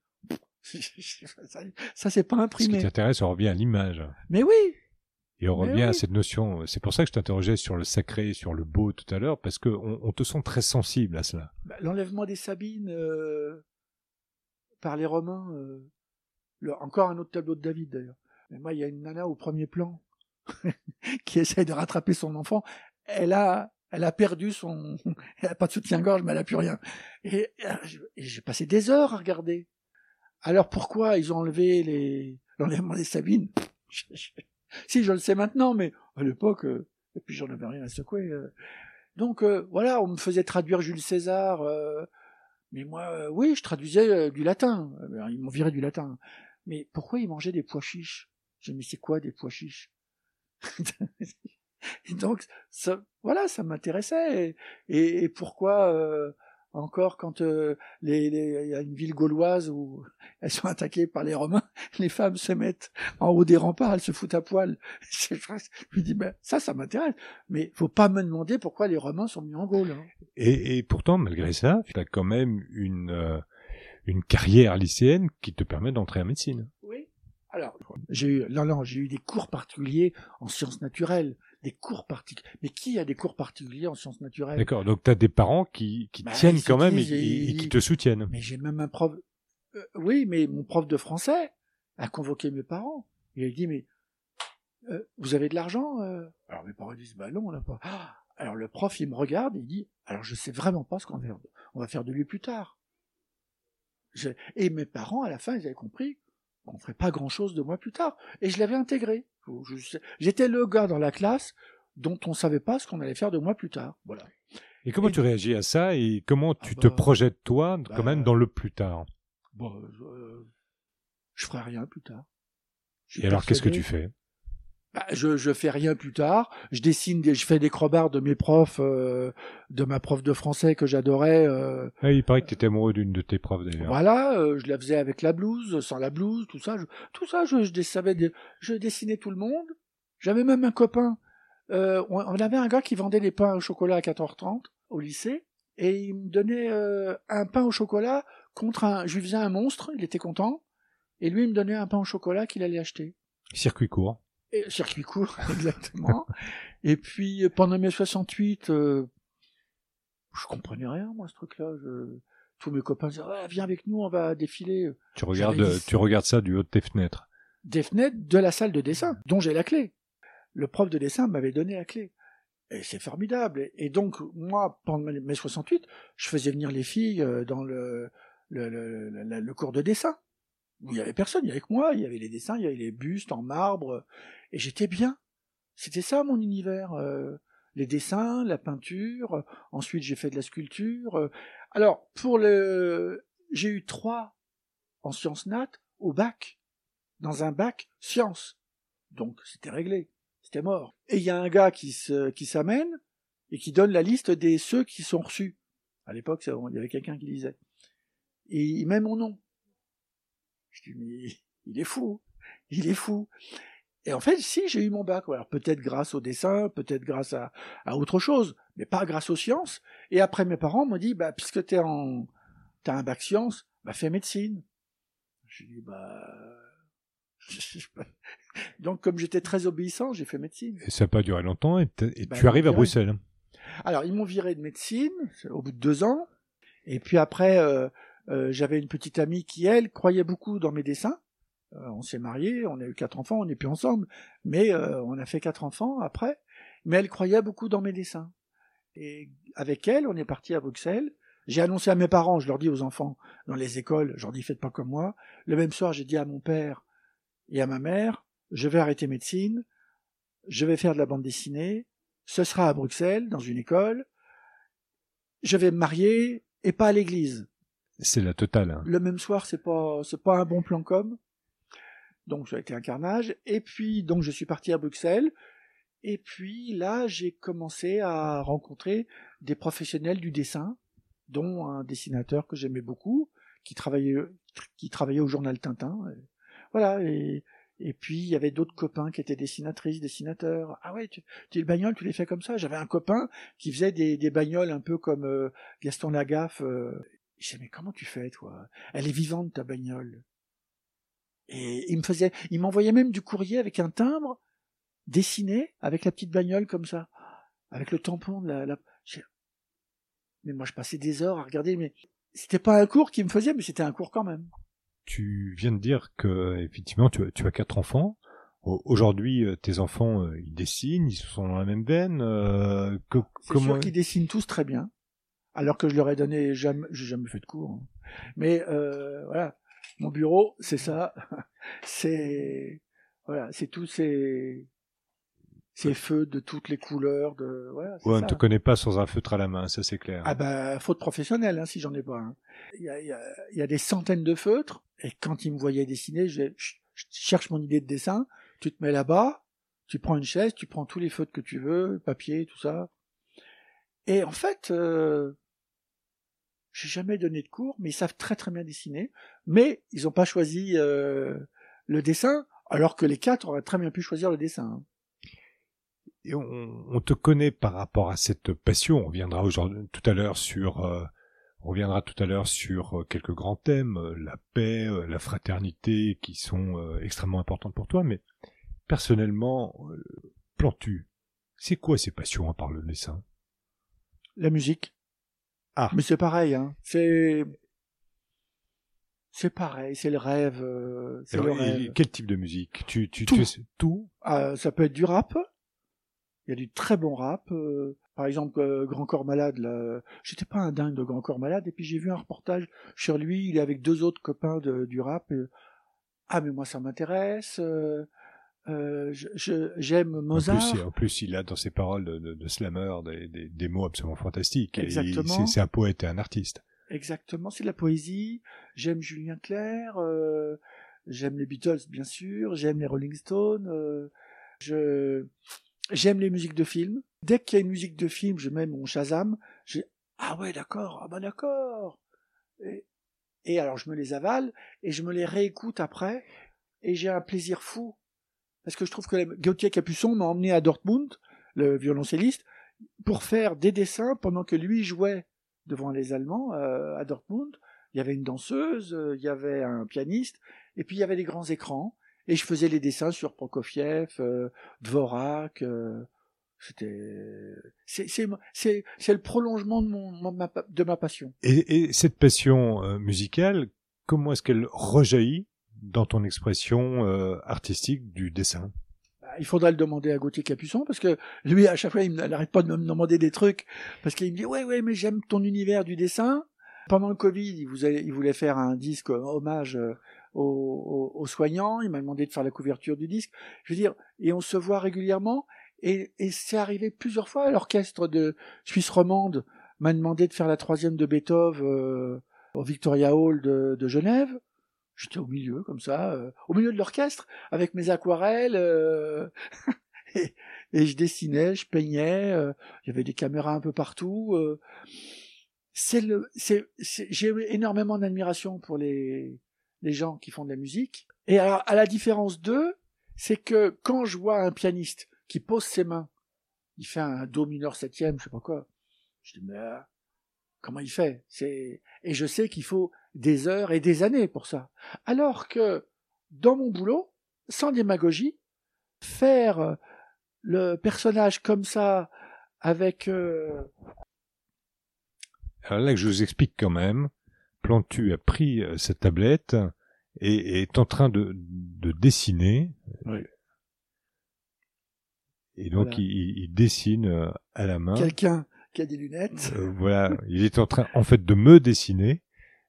ça, ça c'est pas imprimé. Ce qui t'intéresse, on revient à l'image. Mais oui. Et on Mais revient oui. à cette notion. C'est pour ça que je t'interrogeais sur le sacré, sur le beau tout à l'heure, parce que on, on te sent très sensible à cela. Bah, l'enlèvement des Sabines euh, par les Romains, euh, le... encore un autre tableau de David, d'ailleurs. Mais moi, il y a une nana au premier plan qui essaye de rattraper son enfant. Elle a, elle a perdu son, elle a pas de soutien-gorge, mais elle a plus rien. Et, et j'ai passé des heures à regarder. Alors pourquoi ils ont enlevé les, l'enlèvement des Sabines? Si, je le sais maintenant, mais à l'époque, euh, et puis j'en avais rien à secouer. Euh. Donc euh, voilà, on me faisait traduire Jules César. Euh, mais moi, euh, oui, je traduisais euh, du latin. Ils m'ont viré du latin. Mais pourquoi ils mangeaient des pois chiches? J'ai dit, mais c'est quoi des pois chiches? Et donc, ça, voilà, ça m'intéressait. Et, et, et pourquoi euh, encore quand euh, les, les, y a une ville gauloise où elles sont attaquées par les Romains, les femmes se mettent en haut des remparts, elles se foutent à poil. Je lui dis, ben, ça, ça m'intéresse. Mais faut pas me demander pourquoi les Romains sont venus en Gaule. Hein. Et, et pourtant, malgré ça, tu as quand même une, euh, une carrière lycéenne qui te permet d'entrer en médecine. Oui. Alors, j'ai eu, non, non, j'ai eu des cours particuliers en sciences naturelles. Des cours particuliers. Mais qui a des cours particuliers en sciences naturelles? D'accord, donc tu as des parents qui, qui bah, tiennent quand même et, disent, et, et qui te soutiennent. Mais j'ai même un prof... Euh, oui, mais mon prof de français a convoqué mes parents. Il a dit, mais euh, vous avez de l'argent euh Alors mes parents disent, bah non, on n'a pas. Ah alors le prof, il me regarde et il dit, alors je sais vraiment pas ce qu'on va faire. On va faire de lui plus tard. Je... Et mes parents, à la fin, ils avaient compris qu'on ferait pas grand-chose de moi plus tard. Et je l'avais intégré. J'étais le gars dans la classe dont on savait pas ce qu'on allait faire de moi plus tard. Voilà. Et comment et tu réagis à ça et comment tu ah bah, te projettes toi bah, quand même dans le plus tard? Bon, je, je ferai rien plus tard. Et alors qu'est-ce que tu fais? Bah, je je fais rien plus tard. Je dessine, des, je fais des crobards de mes profs, euh, de ma prof de français que j'adorais. Euh, ah, il paraît que tu étais amoureux d'une de tes profs d'ailleurs. Voilà, euh, je la faisais avec la blouse, sans la blouse, tout ça. Je, tout ça, je, je, savais, je dessinais tout le monde. J'avais même un copain. Euh, on, on avait un gars qui vendait des pains au chocolat à quatorze heures trente au lycée, et il me donnait euh, un pain au chocolat contre un. Je lui faisais un monstre, il était content, et lui il me donnait un pain au chocolat qu'il allait acheter. Circuit court. Et, circuit court, exactement. Et puis pendant mai soixante-huit, euh, je comprenais rien moi ce truc-là. Je... Tous mes copains disaient ah, viens avec nous, on va défiler. Tu regardes, tu regardes ça du haut de tes fenêtres. Des fenêtres de la salle de dessin, dont j'ai la clé. Le prof de dessin m'avait donné la clé. Et c'est formidable. Et donc moi, pendant mai soixante-huit, je faisais venir les filles dans le le, le, le, le cours de dessin. Où il y avait personne, il y avait que moi, il y avait les dessins, il y avait les bustes en marbre, et j'étais bien. C'était ça mon univers, euh, les dessins, la peinture, ensuite j'ai fait de la sculpture. Alors, pour le... j'ai eu trois en sciences nat au bac, dans un bac sciences. Donc c'était réglé, c'était mort. Et il y a un gars qui se, qui s'amène, et qui donne la liste des ceux qui sont reçus. À l'époque, il y avait quelqu'un qui lisait. Et il met mon nom. Je dis, mais il est fou, il est fou. Et en fait, si, j'ai eu mon bac. Alors peut-être grâce au dessin, peut-être grâce à, à autre chose, mais pas grâce aux sciences. Et après, mes parents m'ont dit, bah, puisque t'es en, t'as un bac sciences, bah, fais médecine. Je dis, bah, donc comme j'étais très obéissant, j'ai fait médecine. Et ça n'a pas duré longtemps, et, et bah, tu arrives à Bruxelles. Alors, ils m'ont viré de médecine, au bout de deux ans. Et puis après, euh, Euh, j'avais une petite amie qui, elle, croyait beaucoup dans mes dessins. Euh, on s'est mariés, on a eu quatre enfants, on n'est plus ensemble, mais euh, on a fait quatre enfants après. Mais elle croyait beaucoup dans mes dessins. Et avec elle, on est parti à Bruxelles. J'ai annoncé à mes parents, je leur dis aux enfants, dans les écoles, je leur dis faites pas comme moi. Le même soir, j'ai dit à mon père et à ma mère, je vais arrêter médecine, je vais faire de la bande dessinée, ce sera à Bruxelles, dans une école, je vais me marier et pas à l'église. C'est la totale. Hein. Le même soir, c'est pas, c'est pas un bon plan com. Donc, ça a été un carnage. Et puis, donc, je suis parti à Bruxelles. Et puis, là, j'ai commencé à rencontrer des professionnels du dessin, dont un dessinateur que j'aimais beaucoup, qui travaillait, qui travaillait au journal Tintin. Et voilà. Et, et puis, il y avait d'autres copains qui étaient dessinatrices, dessinateurs. Ah ouais, tu, tu les bagnoles, tu les fais comme ça. J'avais un copain qui faisait des, des bagnoles un peu comme euh, Gaston Lagaffe. Euh, Je disais, mais comment tu fais, toi? Elle est vivante, ta bagnole. Et il me faisait, il m'envoyait même du courrier avec un timbre dessiné, avec la petite bagnole comme ça, avec le tampon de la, la... Mais moi, je passais des heures à regarder, mais c'était pas un cours qui me faisait, mais c'était un cours quand même. Tu viens de dire que, effectivement, tu as, tu as quatre enfants. Aujourd'hui, tes enfants, ils dessinent, ils sont dans la même veine. Euh, que, C'est comment... sûr qu'ils dessinent tous très bien. Alors que je leur ai donné jamais, j'ai jamais fait de cours. Hein. Mais euh, voilà, mon bureau, c'est ça, c'est voilà, c'est tous ces ces feux de toutes les couleurs, de voilà. Ouais, on ça. ne te connaît pas sans un feutre à la main, ça c'est clair. Ah bah faute professionnelle, hein, si j'en ai pas. Hein. Il y a, il y a, il y a des centaines de feutres, et quand ils me voyaient dessiner, je, je, je cherche mon idée de dessin. Tu te mets là-bas, tu prends une chaise, tu prends tous les feutres que tu veux, papier, tout ça. Et en fait, euh, j'ai jamais donné de cours, mais ils savent très très bien dessiner. Mais ils n'ont pas choisi euh, le dessin, alors que les quatre auraient très bien pu choisir le dessin. Et on, on te connaît par rapport à cette passion. On reviendra aujourd'hui, tout à l'heure sur, euh, on reviendra tout à l'heure sur quelques grands thèmes, la paix, la fraternité, qui sont euh, extrêmement importantes pour toi. Mais personnellement, euh, Plantu, c'est quoi ces passions à part le dessin? La musique. Ah. Mais c'est pareil, hein. C'est, c'est pareil, c'est le rêve. Euh, c'est Alors, le rêve. Quel type de musique? Tu, tu, tout. tu es... tout ah, ça peut être du rap. Il y a du très bon rap. Euh, par exemple, euh, Grand Corps Malade. Là, j'étais pas un dingue de Grand Corps Malade. Et puis j'ai vu un reportage sur lui. Il est avec deux autres copains de, du rap. Et, ah, mais moi ça m'intéresse. Euh, euh, je, je, j'aime Mozart. En plus, en plus, il a dans ses paroles de, de, de slammer des, des, des mots absolument fantastiques. Exactement. C'est un poète et un artiste. Exactement, c'est de la poésie. J'aime Julien Clerc. Euh, j'aime les Beatles, bien sûr. J'aime les Rolling Stones. Euh, je J'aime les musiques de films. Dès qu'il y a une musique de film, je mets mon Shazam. Je... Ah ouais, d'accord. Ah bah d'accord. Et... et alors je me les avale et je me les réécoute après et j'ai un plaisir fou parce que je trouve que Gauthier Capuçon m'a emmené à Dortmund, le violoncelliste, pour faire des dessins pendant que lui jouait devant les Allemands euh, à Dortmund. Il y avait une danseuse, euh, il y avait un pianiste et puis il y avait des grands écrans. Et je faisais les dessins sur Prokofiev, euh, Dvorak. Euh, c'était, c'est, c'est, c'est, c'est le prolongement de mon, ma, de ma passion. Et, et cette passion euh, musicale, comment est-ce qu'elle rejaillit dans ton expression euh, artistique du dessin? Il faudrait le demander à Gauthier Capuçon parce que lui, à chaque fois, il n'arrête pas de me demander des trucs parce qu'il me dit ouais, ouais, mais j'aime ton univers du dessin. Pendant le Covid, il, vous a, il voulait faire un disque hommage aux, aux, aux soignants. Il m'a demandé de faire la couverture du disque. Je veux dire, et on se voit régulièrement. Et, et c'est arrivé plusieurs fois. L'orchestre de Suisse romande m'a demandé de faire la troisième de Beethoven euh, au Victoria Hall de, de Genève. J'étais au milieu, comme ça, euh, au milieu de l'orchestre, avec mes aquarelles. Euh, et, et je dessinais, je peignais. Euh, il y avait des caméras un peu partout. Euh, c'est le, c'est, c'est, j'ai énormément d'admiration pour les, les gens qui font de la musique. Et alors, à la différence d'eux, c'est que quand je vois un pianiste qui pose ses mains, il fait un do mineur septième, je sais pas quoi, je dis mais euh, comment il fait? C'est, et je sais qu'il faut des heures et des années pour ça. Alors que dans mon boulot, sans démagogie, faire le personnage comme ça avec euh, Alors là que je vous explique quand même, Plantu a pris euh, cette tablette et, et est en train de, de dessiner. Oui. Et donc voilà. il, il dessine euh, à la main. Quelqu'un qui a des lunettes. Euh, voilà, il est en train en fait de me dessiner.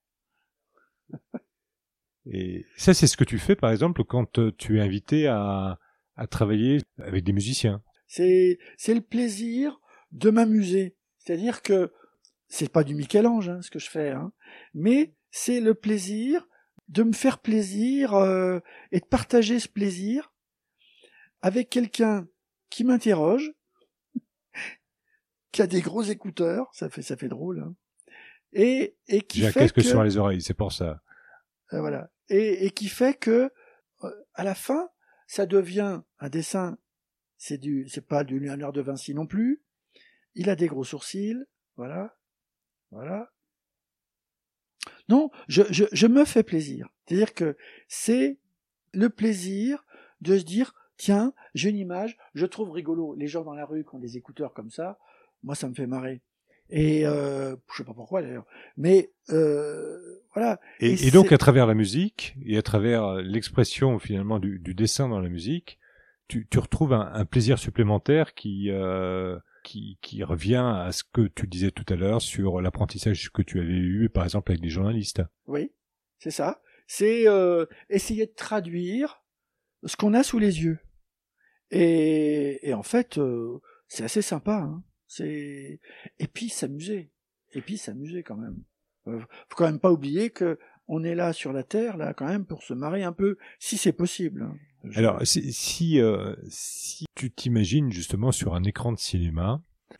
Et ça c'est ce que tu fais par exemple quand euh, tu es invité à, à travailler avec des musiciens. C'est, c'est le plaisir de m'amuser. C'est-à-dire que c'est pas du Michel-Ange hein, ce que je fais, hein, mais c'est le plaisir de me faire plaisir euh, et de partager ce plaisir avec quelqu'un qui m'interroge, qui a des gros écouteurs, ça fait ça fait drôle, hein, et et qui J'ai un fait casque que sur les oreilles, c'est pour ça. Euh, voilà, et et qui fait que euh, à la fin ça devient un dessin. C'est du, c'est pas du Léonard de Vinci non plus. Il a des gros sourcils, voilà. Voilà. Non, je, je, je me fais plaisir. C'est-à-dire que c'est le plaisir de se dire, tiens, j'ai une image, je trouve rigolo. Les gens dans la rue qui ont des écouteurs comme ça, moi ça me fait marrer. Et euh, je sais pas pourquoi d'ailleurs, mais euh, voilà. Et, et, et donc à travers la musique et à travers l'expression finalement du, du dessin dans la musique, tu, tu retrouves un, un plaisir supplémentaire qui euh, Qui, qui revient à ce que tu disais tout à l'heure sur l'apprentissage que tu avais eu, par exemple, avec des journalistes. Oui, c'est ça. C'est euh, essayer de traduire ce qu'on a sous les yeux. Et, et en fait, euh, c'est assez sympa. Hein. C'est et puis s'amuser. Et puis s'amuser quand même. Euh, faut quand même pas oublier que on est là sur la terre, là quand même, pour se marrer un peu, si c'est possible. Hein. Je... Alors, si si, euh, si tu t'imagines justement sur un écran de cinéma,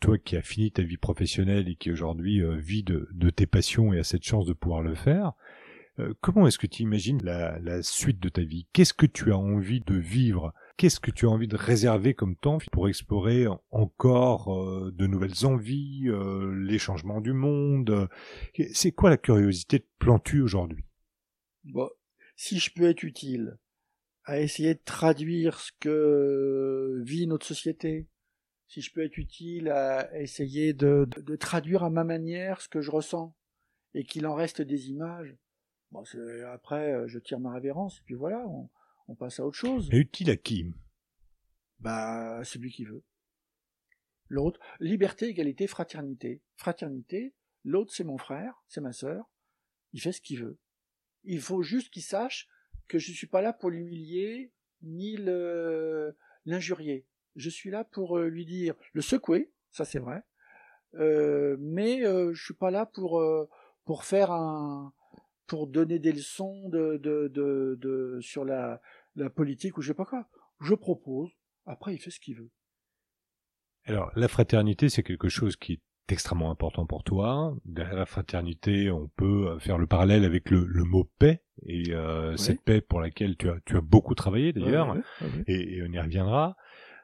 toi qui as fini ta vie professionnelle et qui aujourd'hui euh, vit de, de tes passions et a cette chance de pouvoir le faire, euh, comment est-ce que tu imagines la, la suite de ta vie? Qu'est-ce que tu as envie de vivre? Qu'est-ce que tu as envie de réserver comme temps pour explorer encore euh, de nouvelles envies, euh, les changements du monde? C'est quoi la curiosité de Plantu aujourd'hui? Bon, si je peux être utile à essayer de traduire ce que vit notre société, si je peux être utile à essayer de, de, de traduire à ma manière ce que je ressens, et qu'il en reste des images, bon, après je tire ma révérence, et puis voilà, on, on passe à autre chose. Et utile à qui? Bah, celui qui veut. L'autre, liberté, égalité, fraternité. Fraternité, l'autre c'est mon frère, c'est ma sœur, il fait ce qu'il veut. Il faut juste qu'il sache que je ne suis pas là pour l'humilier, ni le, l'injurier. Je suis là pour lui dire, le secouer, ça c'est vrai, euh, mais euh, je suis pas là pour, euh, pour faire un, pour donner des leçons de, de, de, de, sur la, la politique ou je sais pas quoi. Je propose, après il fait ce qu'il veut. Alors, la fraternité, c'est quelque chose qui est extrêmement important pour toi. Derrière la fraternité, on peut faire le parallèle avec le, le mot paix, et euh, oui. cette paix pour laquelle tu as, tu as beaucoup travaillé d'ailleurs, oui, oui, oui. Et, et on y reviendra.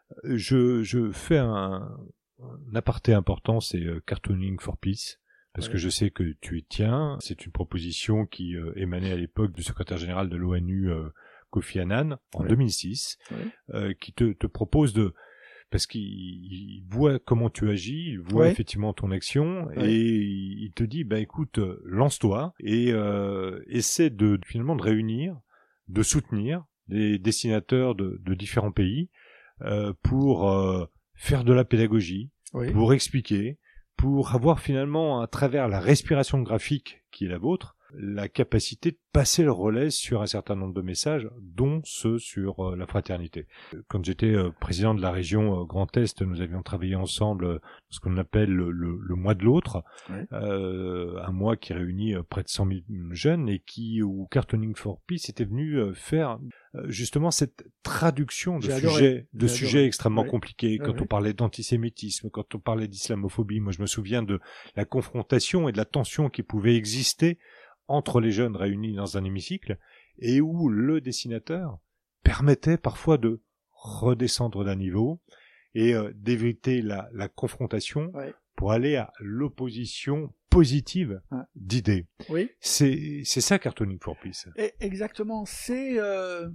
Je, je fais un, un aparté important, c'est euh, Cartooning for Peace, parce oui. que je sais que tu y tiens. C'est une proposition qui euh, émanait à l'époque du secrétaire général de l'ONU, euh, Kofi Annan, en oui. deux mille six, oui. euh, qui te, te propose de... Parce qu'il voit comment tu agis, il voit ouais. effectivement ton action, ouais. et il te dit, bah écoute, lance-toi et euh, essaie de finalement de réunir, de soutenir des dessinateurs de, de différents pays euh, pour euh, faire de la pédagogie, ouais. pour expliquer, pour avoir finalement à travers la respiration graphique qui est la vôtre, la capacité de passer le relais sur un certain nombre de messages, dont ceux sur euh, la fraternité. Quand j'étais euh, président de la région euh, Grand Est, nous avions travaillé ensemble euh, ce qu'on appelle le, le, le mois de l'autre, ouais. euh, un mois qui réunit euh, près de cent mille jeunes et qui, où Cartooning for Peace était venu euh, faire euh, justement cette traduction de sujets, de sujets extrêmement ouais. compliqués. Quand ouais, on ouais. parlait d'antisémitisme, quand on parlait d'islamophobie, moi je me souviens de la confrontation et de la tension qui pouvait exister entre les jeunes réunis dans un hémicycle, et où le dessinateur permettait parfois de redescendre d'un niveau et euh, d'éviter la, la confrontation ouais. pour aller à l'opposition positive ouais. d'idées. Oui. C'est, c'est ça Cartooning for Peace. Et exactement, c'est euh,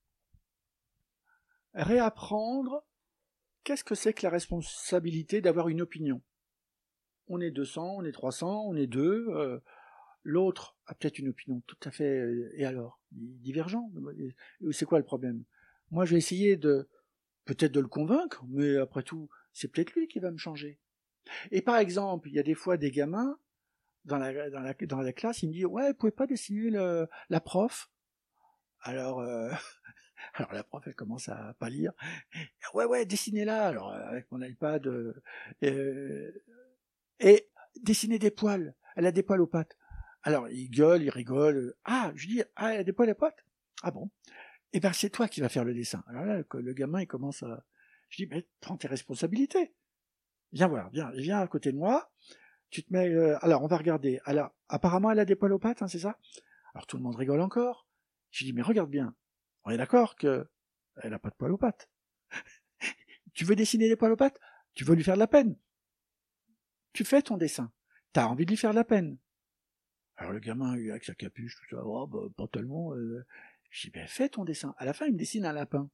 réapprendre qu'est-ce que c'est que la responsabilité d'avoir une opinion. On est deux cents, on est trois cents, on est deux... Euh, L'autre a peut-être une opinion tout à fait, et alors, divergent. C'est quoi le problème? Moi, je vais essayer de, peut-être de le convaincre, mais après tout, c'est peut-être lui qui va me changer. Et par exemple, il y a des fois des gamins, dans la, dans la, dans la classe, ils me disent, ouais, vous pouvez pas dessiner le, la prof? Alors, euh, alors la prof, elle commence à pas lire. Ouais, ouais, dessinez-la. Alors, avec mon iPad, euh, euh, et dessiner des poils. Elle a des poils aux pattes. Alors, il gueule, il rigole. Ah, je dis, ah, il y a des poils à pattes? Ah bon? Eh ben, c'est toi qui vas faire le dessin. Alors là, le, le gamin, il commence à... Je dis, mais prends tes responsabilités. Viens voir, viens, viens à côté de moi. Tu te mets... Euh... Alors, on va regarder. Alors, apparemment, elle a des poils aux pattes, hein, c'est ça? Alors, tout le monde rigole encore. Je dis, mais regarde bien. On est d'accord que elle a pas de poils aux pattes. Tu veux dessiner des poils aux pattes? Tu veux lui faire de la peine? Tu fais ton dessin. T'as envie de lui faire de la peine. Alors le gamin, avec sa capuche, tout ça, oh, bah, pas tellement. Euh... Je dis, ben fais ton dessin. À la fin, il me dessine un lapin.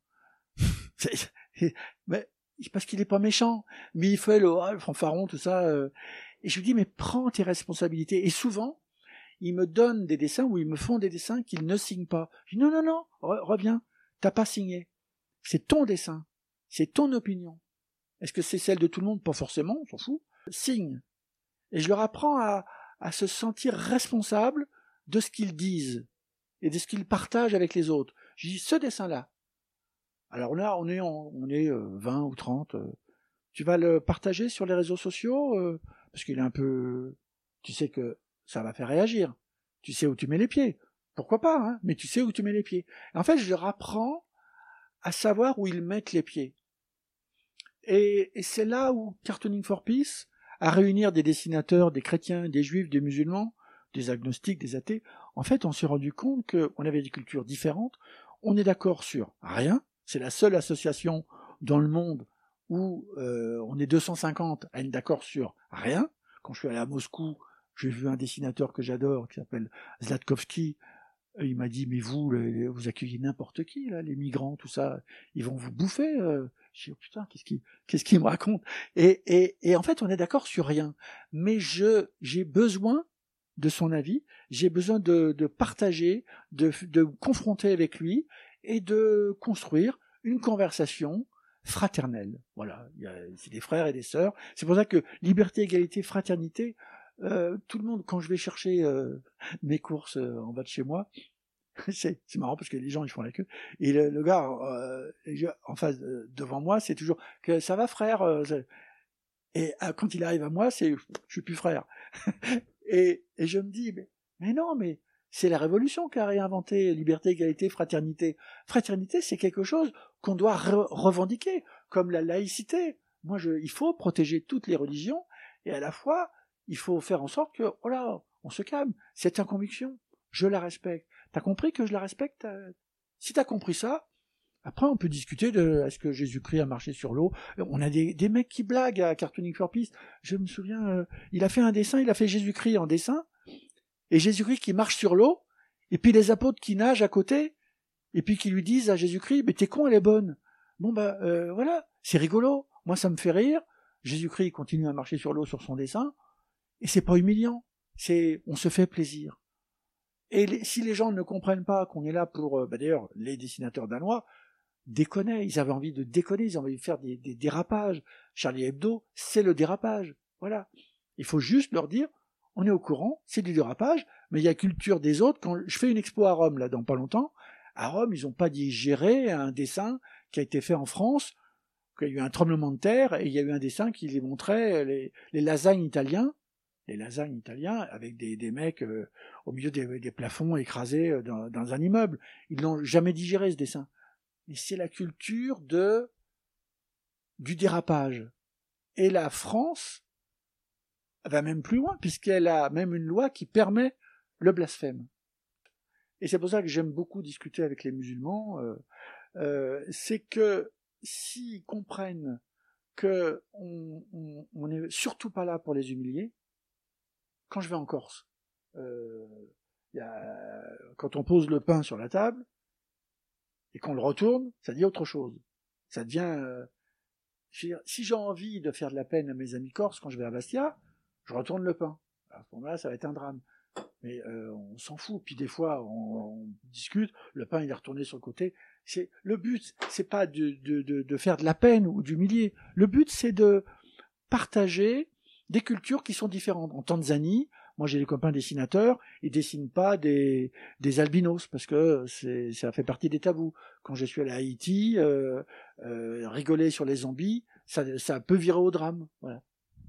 Mais, parce qu'il est pas méchant, mais il fait le, oh, le fanfaron, tout ça. Euh... Et je lui dis, mais prends tes responsabilités. Et souvent, ils me donnent des dessins ou ils me font des dessins qu'ils ne signent pas. Je dis, non, non, non, re- reviens, t'as pas signé. C'est ton dessin, c'est ton opinion. Est-ce que c'est celle de tout le monde? Pas forcément, on s'en fout. Signe. Et je leur apprends à à se sentir responsable de ce qu'ils disent et de ce qu'ils partagent avec les autres. Je dis, ce dessin-là, alors là, on est, en, on est vingt ou trente, euh, tu vas le partager sur les réseaux sociaux, euh, parce qu'il est un peu... Tu sais que ça va faire réagir. Tu sais où tu mets les pieds. Pourquoi pas, hein, mais tu sais où tu mets les pieds. Et en fait, je leur apprends à savoir où ils mettent les pieds. Et, et c'est là où Cartooning for Peace, à réunir des dessinateurs, des chrétiens, des juifs, des musulmans, des agnostiques, des athées, en fait, on s'est rendu compte qu'on avait des cultures différentes. On est d'accord sur rien. C'est la seule association dans le monde où euh, on est deux cent cinquante à être d'accord sur rien. Quand je suis allé à Moscou, j'ai vu un dessinateur que j'adore qui s'appelle Zlatkovski. Il m'a dit, mais vous, les, vous accueillez n'importe qui, là, les migrants, tout ça, ils vont vous bouffer. Euh. Je dis, oh, putain, qu'est-ce qu'il qu'est-ce qu'il me raconte et, et, et en fait, on est d'accord sur rien. Mais je j'ai besoin de son avis, j'ai besoin de, de partager, de, de confronter avec lui et de construire une conversation fraternelle. Voilà, il y a, c'est des frères et des sœurs. C'est pour ça que liberté, égalité, fraternité, euh, tout le monde, quand je vais chercher euh, mes courses euh, en bas de chez moi, c'est, c'est marrant parce que les gens ils font la queue et le, le gars euh, en face euh, devant moi c'est toujours que ça va frère euh, et euh, quand il arrive à moi c'est je suis plus frère et, et je me dis mais, mais non mais c'est la révolution qui a réinventé liberté, égalité, fraternité. Fraternité c'est quelque chose qu'on doit re- revendiquer comme la laïcité. Moi je, il faut protéger toutes les religions et à la fois il faut faire en sorte que oh là on se calme, c'est une conviction, je la respecte. T'as compris que je la respecte? Si t'as compris ça, après on peut discuter de est-ce que Jésus-Christ a marché sur l'eau. On a des, des mecs qui blaguent à Cartooning for Peace. Je me souviens, euh, il a fait un dessin, il a fait Jésus-Christ en dessin, et Jésus-Christ qui marche sur l'eau, et puis les apôtres qui nagent à côté, et puis qui lui disent à Jésus-Christ, mais t'es con, elle est bonne. Bon bah euh, voilà, c'est rigolo. Moi ça me fait rire. Jésus-Christ continue à marcher sur l'eau sur son dessin, et c'est pas humiliant. C'est, on se fait plaisir. Et les, si les gens ne comprennent pas qu'on est là pour... Euh, bah d'ailleurs, les dessinateurs danois déconnaient, ils avaient envie de déconner, ils avaient envie de faire des, des dérapages. Charlie Hebdo, c'est le dérapage. Voilà. Il faut juste leur dire, on est au courant, c'est du dérapage, mais il y a culture des autres. Quand je fais une expo à Rome, là, dans pas longtemps, à Rome, ils n'ont pas digéré un dessin qui a été fait en France, qu'il y a eu un tremblement de terre, et il y a eu un dessin qui les montrait les, les lasagnes italiens, les lasagnes italiens avec des, des mecs euh, au milieu des, des plafonds écrasés dans, dans un immeuble. Ils n'ont jamais digéré ce dessin. Et c'est la culture de du dérapage. Et la France va même plus loin, puisqu'elle a même une loi qui permet le blasphème. Et c'est pour ça que j'aime beaucoup discuter avec les musulmans. Euh, euh, c'est que s'ils comprennent que on, on, on est surtout pas là pour les humilier. Quand je vais en Corse, euh, y a, quand on pose le pain sur la table et qu'on le retourne, ça dit autre chose. Ça devient... Euh, je veux dire, si j'ai envie de faire de la peine à mes amis corses quand je vais à Bastia, je retourne le pain. À ce moment-là, ça va être un drame. Mais euh, on s'en fout. Puis des fois, on, on discute, le pain il est retourné sur le côté. C'est, le but, c'est pas de, de, de, de faire de la peine ou d'humilier. Le but, c'est de partager des cultures qui sont différentes. En Tanzanie, moi j'ai des copains dessinateurs, ils dessinent pas des, des albinos parce que c'est, ça fait partie des tabous. Quand je suis allé à Haïti, euh, euh, rigoler sur les zombies, ça, ça peut virer au drame. Voilà.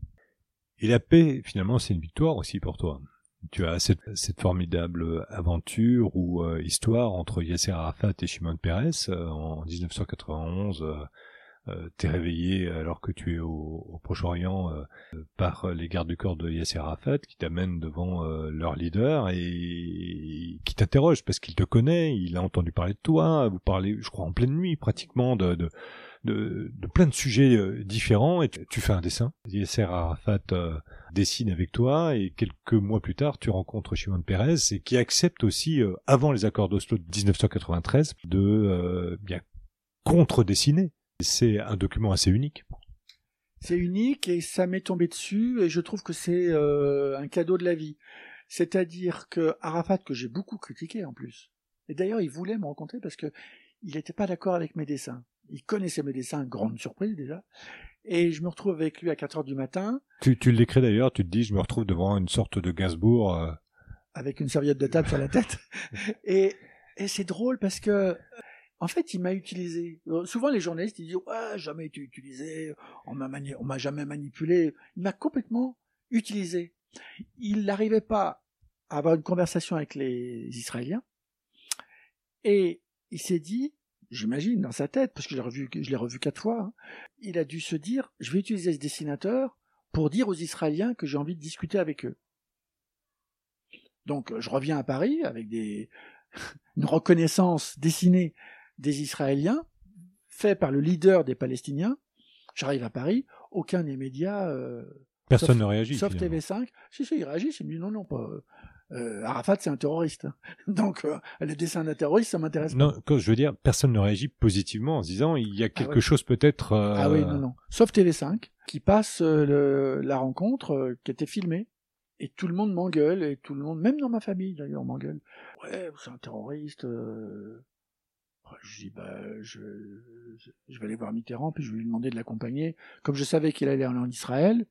Et la paix, finalement, c'est une victoire aussi pour toi. Tu as cette, cette formidable aventure ou euh, histoire entre Yasser Arafat et Shimon Peres euh, en dix-neuf cent quatre-vingt-onze. Euh, Euh, t'es réveillé alors que tu es au, au Proche-Orient euh, par les gardes du corps de Yasser Arafat qui t'amènent devant euh, leur leader et, et qui t'interroge parce qu'il te connaît, il a entendu parler de toi, vous parlez, je crois, en pleine nuit pratiquement de, de, de, de plein de sujets euh, différents et tu, tu fais un dessin. Yasser Arafat euh, dessine avec toi et quelques mois plus tard tu rencontres Shimon Peres et qui accepte aussi, euh, avant les accords d'Oslo de dix-neuf cent quatre-vingt-treize, de euh, bien contre-dessiner. C'est un document assez unique. C'est unique et ça m'est tombé dessus et je trouve que c'est euh, un cadeau de la vie. C'est-à-dire que Arafat, que j'ai beaucoup critiqué en plus, et d'ailleurs il voulait me rencontrer parce que il n'était pas d'accord avec mes dessins. Il connaissait mes dessins, grande surprise déjà, et je me retrouve avec lui à quatre heures du matin. Tu, tu l'écris d'ailleurs, tu te dis je me retrouve devant une sorte de Gainsbourg. Euh... Avec une serviette de table sur la tête. Et, et c'est drôle parce que en fait, il m'a utilisé. Souvent, les journalistes, ils disent « Ouais, jamais été utilisé, on m'a, mani- on m'a jamais manipulé. » Il m'a complètement utilisé. Il n'arrivait pas à avoir une conversation avec les Israéliens. Et il s'est dit j'imagine, dans sa tête, parce que je l'ai revu, je l'ai revu quatre fois, hein, il a dû se dire, je vais utiliser ce dessinateur pour dire aux Israéliens que j'ai envie de discuter avec eux. Donc je reviens à Paris avec des... une reconnaissance dessinée des Israéliens, faite par le leader des Palestiniens. J'arrive à Paris, aucun des médias... Euh, Personne sauf, ne réagit. Sauf finalement. T V cinq. Si, si, ils réagissent. Ils me disent non, non, pas... Euh, Arafat, c'est un terroriste. Donc, euh, le dessin d'un terroriste, ça m'intéresse Non, pas. quand je veux dire, personne ne réagit positivement en se disant il y a quelque ah ouais. chose peut-être. Euh... Ah oui, non, non. Sauf T V cinq, qui passe euh, le, la rencontre euh, qui était filmée. Et tout le monde m'engueule, et tout le monde, même dans ma famille d'ailleurs, on m'engueule. Ouais, c'est un terroriste. Euh... Je dis, bah, je, je vais aller voir Mitterrand, puis je vais lui demander de l'accompagner. Comme je savais qu'il allait aller en Israël,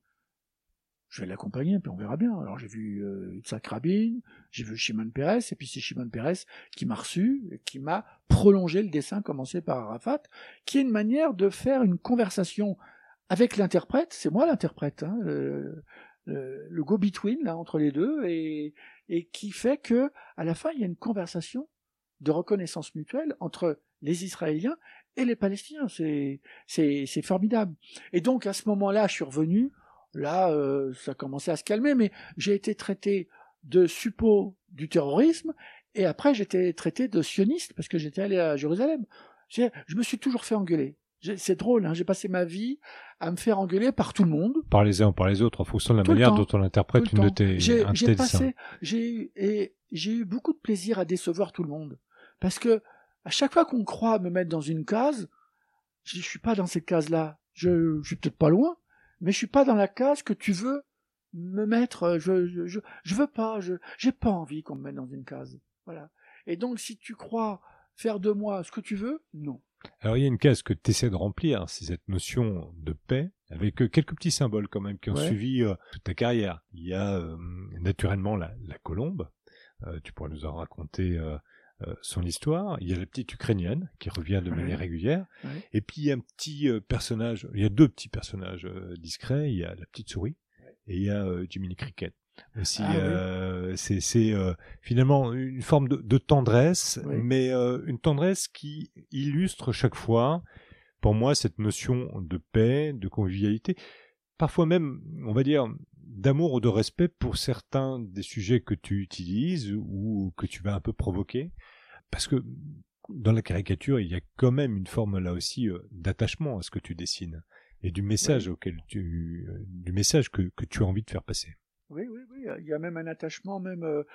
je vais l'accompagner, puis on verra bien. Alors j'ai vu euh, Yitzhak Rabin, j'ai vu Shimon Peres, et puis c'est Shimon Peres qui m'a reçu, et qui m'a prolongé le dessin commencé par Arafat, qui est une manière de faire une conversation avec l'interprète, c'est moi l'interprète, hein, le, le, le go-between là entre les deux, et, et qui fait que à la fin il y a une conversation de reconnaissance mutuelle entre les Israéliens et les Palestiniens. C'est, c'est, c'est formidable. Et donc à ce moment-là, je suis revenu. Là, euh, ça commençait à se calmer, mais j'ai été traité de suppôt du terrorisme, et après j'étais traité de sioniste parce que j'étais allé à Jérusalem. Je, je me suis toujours fait engueuler. J'ai, c'est drôle, hein, j'ai passé ma vie à me faire engueuler par tout le monde. Par les uns ou par les autres, en fonction de la tout manière dont on interprète une de tes j'ai, un j'ai tel passé, dessin. j'ai eu, et j'ai eu beaucoup de plaisir à décevoir tout le monde. Parce que à chaque fois qu'on croit me mettre dans une case, je, je suis pas dans cette case-là. Je, je suis peut-être pas loin, mais je suis pas dans la case que tu veux me mettre. Je, je, je, je veux pas. Je, j'ai pas envie qu'on me mette dans une case. Voilà. Et donc, si tu crois faire de moi ce que tu veux, non. Alors il y a une case que tu essaies de remplir, c'est cette notion de paix, avec euh, quelques petits symboles quand même qui ont ouais. suivi euh, toute ta carrière. Il y a euh, naturellement la, la colombe. Euh, tu pourras nous en raconter. Euh, Euh, son histoire. Il y a la petite ukrainienne qui revient de manière ouais. régulière. Ouais. Et puis il y a un petit euh, personnage, il y a deux petits personnages euh, discrets. Il y a la petite souris ouais. et il y a euh, Jiminy Cricket. Aussi, ah, euh, oui. c'est, c'est euh, finalement une forme de, de tendresse, oui. mais euh, une tendresse qui illustre chaque fois, pour moi, cette notion de paix, de convivialité, parfois même, on va dire, d'amour ou de respect pour certains des sujets que tu utilises ou que tu vas un peu provoquer. Parce que dans la caricature, il y a quand même une forme là aussi euh, d'attachement à ce que tu dessines et du message oui. auquel tu, euh, du message que, que tu as envie de faire passer. Oui, oui, oui. Il y a même un attachement, même euh,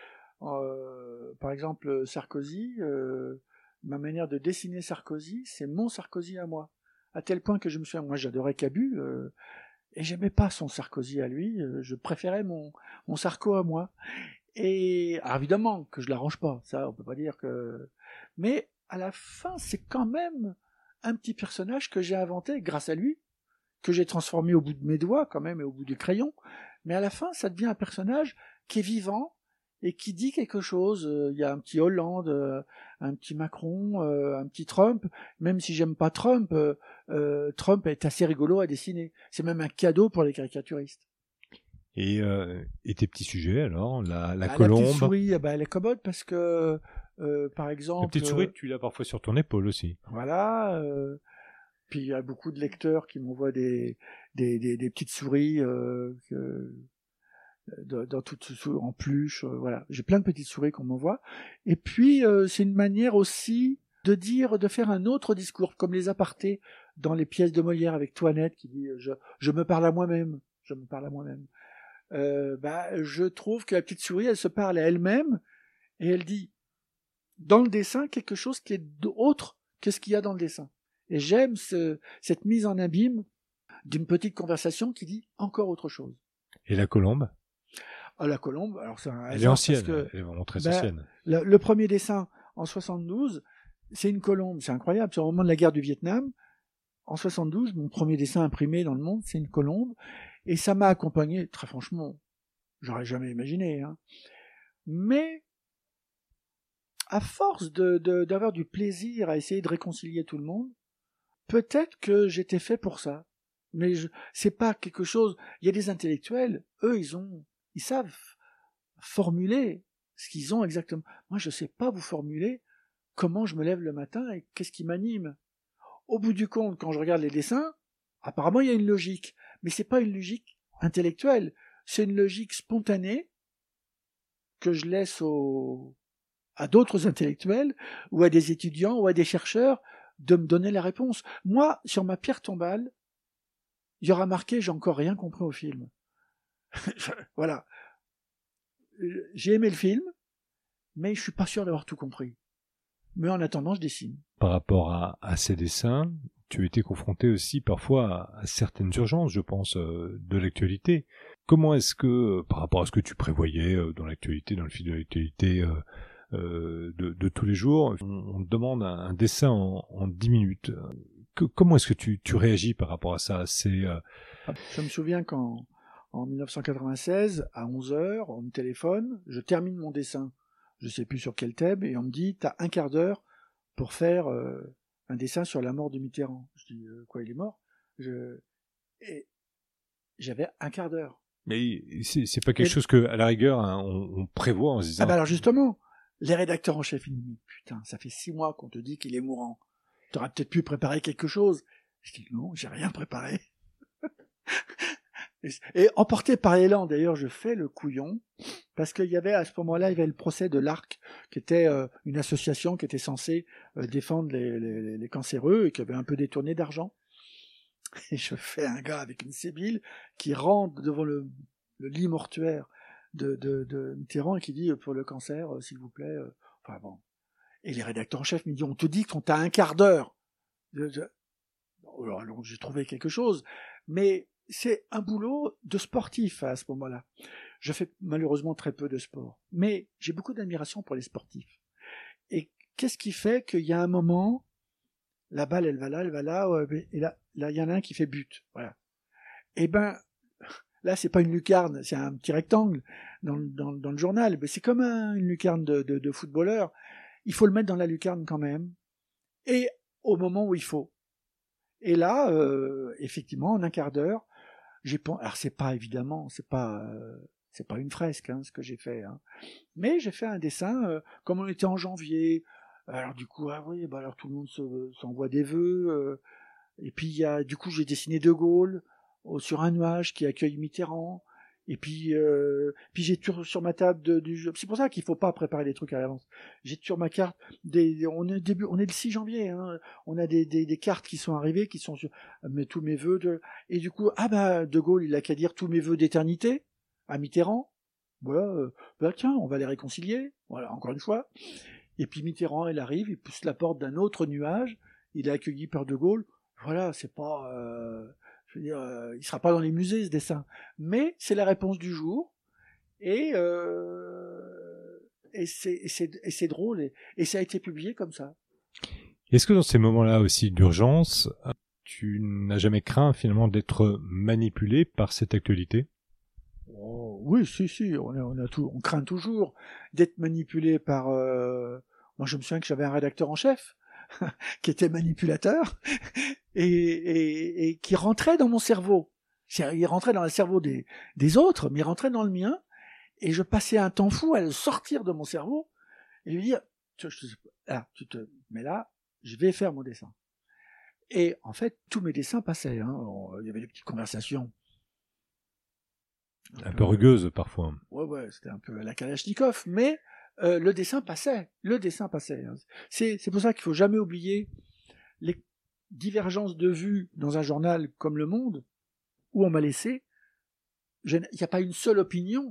euh, par exemple Sarkozy. Euh, ma manière de dessiner Sarkozy, c'est mon Sarkozy à moi. À tel point que je me souviens, moi j'adorais Cabu. Euh, Et j'aimais pas son Sarkozy à lui, je préférais mon, mon Sarko à moi. Et alors évidemment que je l'arrange pas, ça on peut pas dire que... Mais à la fin, c'est quand même un petit personnage que j'ai inventé grâce à lui, que j'ai transformé au bout de mes doigts quand même et au bout du crayon. Mais à la fin, ça devient un personnage qui est vivant et qui dit quelque chose. Il y a un petit Hollande, un petit Macron, un petit Trump. Même si j'aime pas Trump, euh, Trump est assez rigolo à dessiner. C'est même un cadeau pour les caricaturistes. Et, euh, et tes petits sujets alors, la, la ah, colombe. La petite souris, bah, elle est commode parce que, euh, par exemple. La petite souris, tu l'as parfois sur ton épaule aussi. Voilà. Euh, puis il y a beaucoup de lecteurs qui m'envoient des des, des, des petites souris. Euh, que, dans toute en pluche, euh, voilà. J'ai plein de petites souris qu'on m'envoie. Et puis euh, c'est une manière aussi de dire, de faire un autre discours, comme les apartés dans les pièces de Molière avec Toinette qui dit je, je me parle à moi-même, je me parle à moi-même. Euh, bah, je trouve que la petite souris, elle se parle à elle-même et elle dit dans le dessin quelque chose qui est autre que ce qu'il y a dans le dessin. Et j'aime ce, cette mise en abîme d'une petite conversation qui dit encore autre chose. Et la colombe? Ah, la colombe, alors c'est un elle est ancienne, que, elle est vraiment très bah, ancienne. Le, le premier dessin en soixante-douze, c'est une colombe, c'est incroyable, c'est au moment de la guerre du Vietnam. En soixante-douze, mon premier dessin imprimé dans le monde, c'est une colombe, et ça m'a accompagné, très franchement, j'aurais jamais imaginé, hein. Mais, à force de, de, d'avoir du plaisir à essayer de réconcilier tout le monde, peut-être que j'étais fait pour ça. Mais je, c'est pas quelque chose, il y a des intellectuels, eux, ils ont, ils savent formuler ce qu'ils ont exactement. Moi, je sais pas vous formuler comment je me lève le matin et qu'est-ce qui m'anime. Au bout du compte, quand je regarde les dessins, apparemment il y a une logique, mais c'est pas une logique intellectuelle, c'est une logique spontanée que je laisse au... à d'autres intellectuels ou à des étudiants ou à des chercheurs de me donner la réponse. Moi, sur ma pierre tombale, il y aura marqué « j'ai encore rien compris au film ». Voilà. J'ai aimé le film, mais je suis pas sûr d'avoir tout compris. Mais en attendant, je dessine. Par rapport à, à ces dessins, tu étais confronté aussi parfois à, à certaines urgences, je pense, euh, de l'actualité. Comment est-ce que, euh, par rapport à ce que tu prévoyais euh, dans l'actualité, dans le fil de l'actualité euh, euh, de, de tous les jours, on, on te demande un, un dessin en, en dix minutes. Que, comment est-ce que tu, tu réagis par rapport à ça? C'est, euh... Je me souviens qu'en en dix-neuf cent quatre-vingt-seize, à onze heures, on me téléphone, je termine mon dessin, je sais plus sur quel thème, et on me dit, t'as un quart d'heure pour faire euh, un dessin sur la mort de Mitterrand. Je dis, euh, quoi, il est mort? Je... Et j'avais un quart d'heure. Mais c'est, c'est pas quelque et... chose que, à la rigueur, hein, on, on prévoit en se disant... Ah bah alors justement, les rédacteurs en chef, ils me disent, putain, ça fait six mois qu'on te dit qu'il est mourant. T'aurais peut-être pu préparer quelque chose. Je dis, non, j'ai rien préparé. Et emporté par l'élan, d'ailleurs, je fais le couillon, parce qu'il y avait, à ce moment-là, il y avait le procès de l'Arc, qui était euh, une association qui était censée euh, défendre les, les, les cancéreux et qui avait un peu détourné d'argent. Et je fais un gars avec une sébile qui rentre devant le, le lit mortuaire de, de, de Mitterrand et qui dit, pour le cancer, euh, s'il vous plaît, euh... enfin bon. Et les rédacteurs en chef me disent, on te dit qu'on t'a un quart d'heure. Je, je... Alors, alors, j'ai trouvé quelque chose, mais c'est un boulot de sportif à ce moment-là. Je fais malheureusement très peu de sport, mais j'ai beaucoup d'admiration pour les sportifs. Et qu'est-ce qui fait qu'il y a un moment, la balle elle va là, elle va là, et là, là il y en a un qui fait but, voilà. Et ben là c'est pas une lucarne, c'est un petit rectangle dans, dans, dans le journal, mais c'est comme un, une lucarne de, de, de footballeur. Il faut le mettre dans la lucarne quand même, et au moment où il faut. Et là, euh, effectivement, en un quart d'heure, j'ai pas. Alors c'est pas évidemment, c'est pas, euh, c'est pas une fresque, hein, ce que j'ai fait. Hein. Mais j'ai fait un dessin euh, comme on était en janvier. Alors du coup, ah oui, bah alors tout le monde se, s'envoie des vœux. Euh, et puis il y a, du coup, j'ai dessiné De Gaulle euh, sur un nuage qui accueille Mitterrand. Et puis, euh, puis j'ai sur, sur ma table de, du jeu. C'est pour ça qu'il faut pas préparer des trucs à l'avance. J'ai sur ma carte des, on est début, on est le six janvier. Hein, on a des, des, des cartes qui sont arrivées, qui sont sur mais tous mes vœux de. Et du coup, ah bah De Gaulle, il a qu'à dire tous mes vœux d'éternité à Mitterrand. Voilà, euh, bah tiens, on va les réconcilier. Voilà, encore une fois. Et puis Mitterrand, il arrive, il pousse la porte d'un autre nuage. Il est accueilli par De Gaulle. Voilà, c'est pas. Euh, Je veux dire, euh, il sera pas dans les musées ce dessin, mais c'est la réponse du jour et euh, et c'est et c'est et c'est drôle et, et ça a été publié comme ça. Est-ce que dans ces moments-là aussi d'urgence, tu n'as jamais craint finalement d'être manipulé par cette actualité? Oh, oui, si, si, on a, on a tout, on craint toujours d'être manipulé par. Euh... Moi, je me souviens que j'avais un rédacteur en chef qui était manipulateur. Et, et, et qui rentrait dans mon cerveau. Il rentrait dans le cerveau des, des autres, mais il rentrait dans le mien, et je passais un temps fou à le sortir de mon cerveau, et lui dire, tu, je, ah, tu te mets là, je vais faire mon dessin. Et en fait, tous mes dessins passaient. Hein. Il y avait des petites conversations. Un, un peu, peu rugueuses, parfois. Ouais, ouais, c'était un peu à la Kalachnikov, mais euh, le dessin passait. Le dessin passait. Hein. C'est, c'est pour ça qu'il faut jamais oublier les divergence de vues dans un journal comme Le Monde, où on m'a laissé, il n'y a pas une seule opinion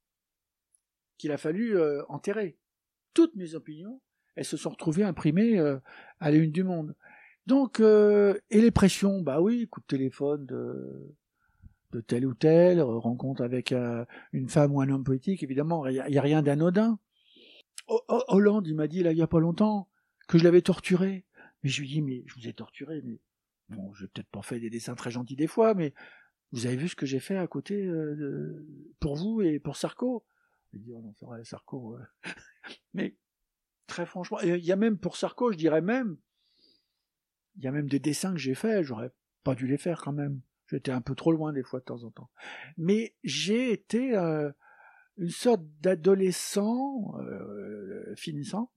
qu'il a fallu euh, enterrer. Toutes mes opinions, elles se sont retrouvées imprimées euh, à la une du Monde. Donc, euh, et les pressions, bah oui, coup de téléphone de, de tel ou tel, rencontre avec euh, une femme ou un homme politique, évidemment, il n'y a, a rien d'anodin. O- o- Hollande, il m'a dit, là, il n'y a pas longtemps, que je l'avais torturé. Mais je lui dis, mais je vous ai torturé, mais bon, j'ai peut-être pas fait des dessins très gentils des fois, mais vous avez vu ce que j'ai fait à côté euh, de, pour vous et pour Sarko? Il dit, oh non, c'est vrai, Sarko. Euh. Mais très franchement, il y a même pour Sarko, je dirais même, il y a même des dessins que j'ai faits, j'aurais pas dû les faire quand même. J'étais un peu trop loin des fois de temps en temps. Mais j'ai été euh, une sorte d'adolescent euh, finissant,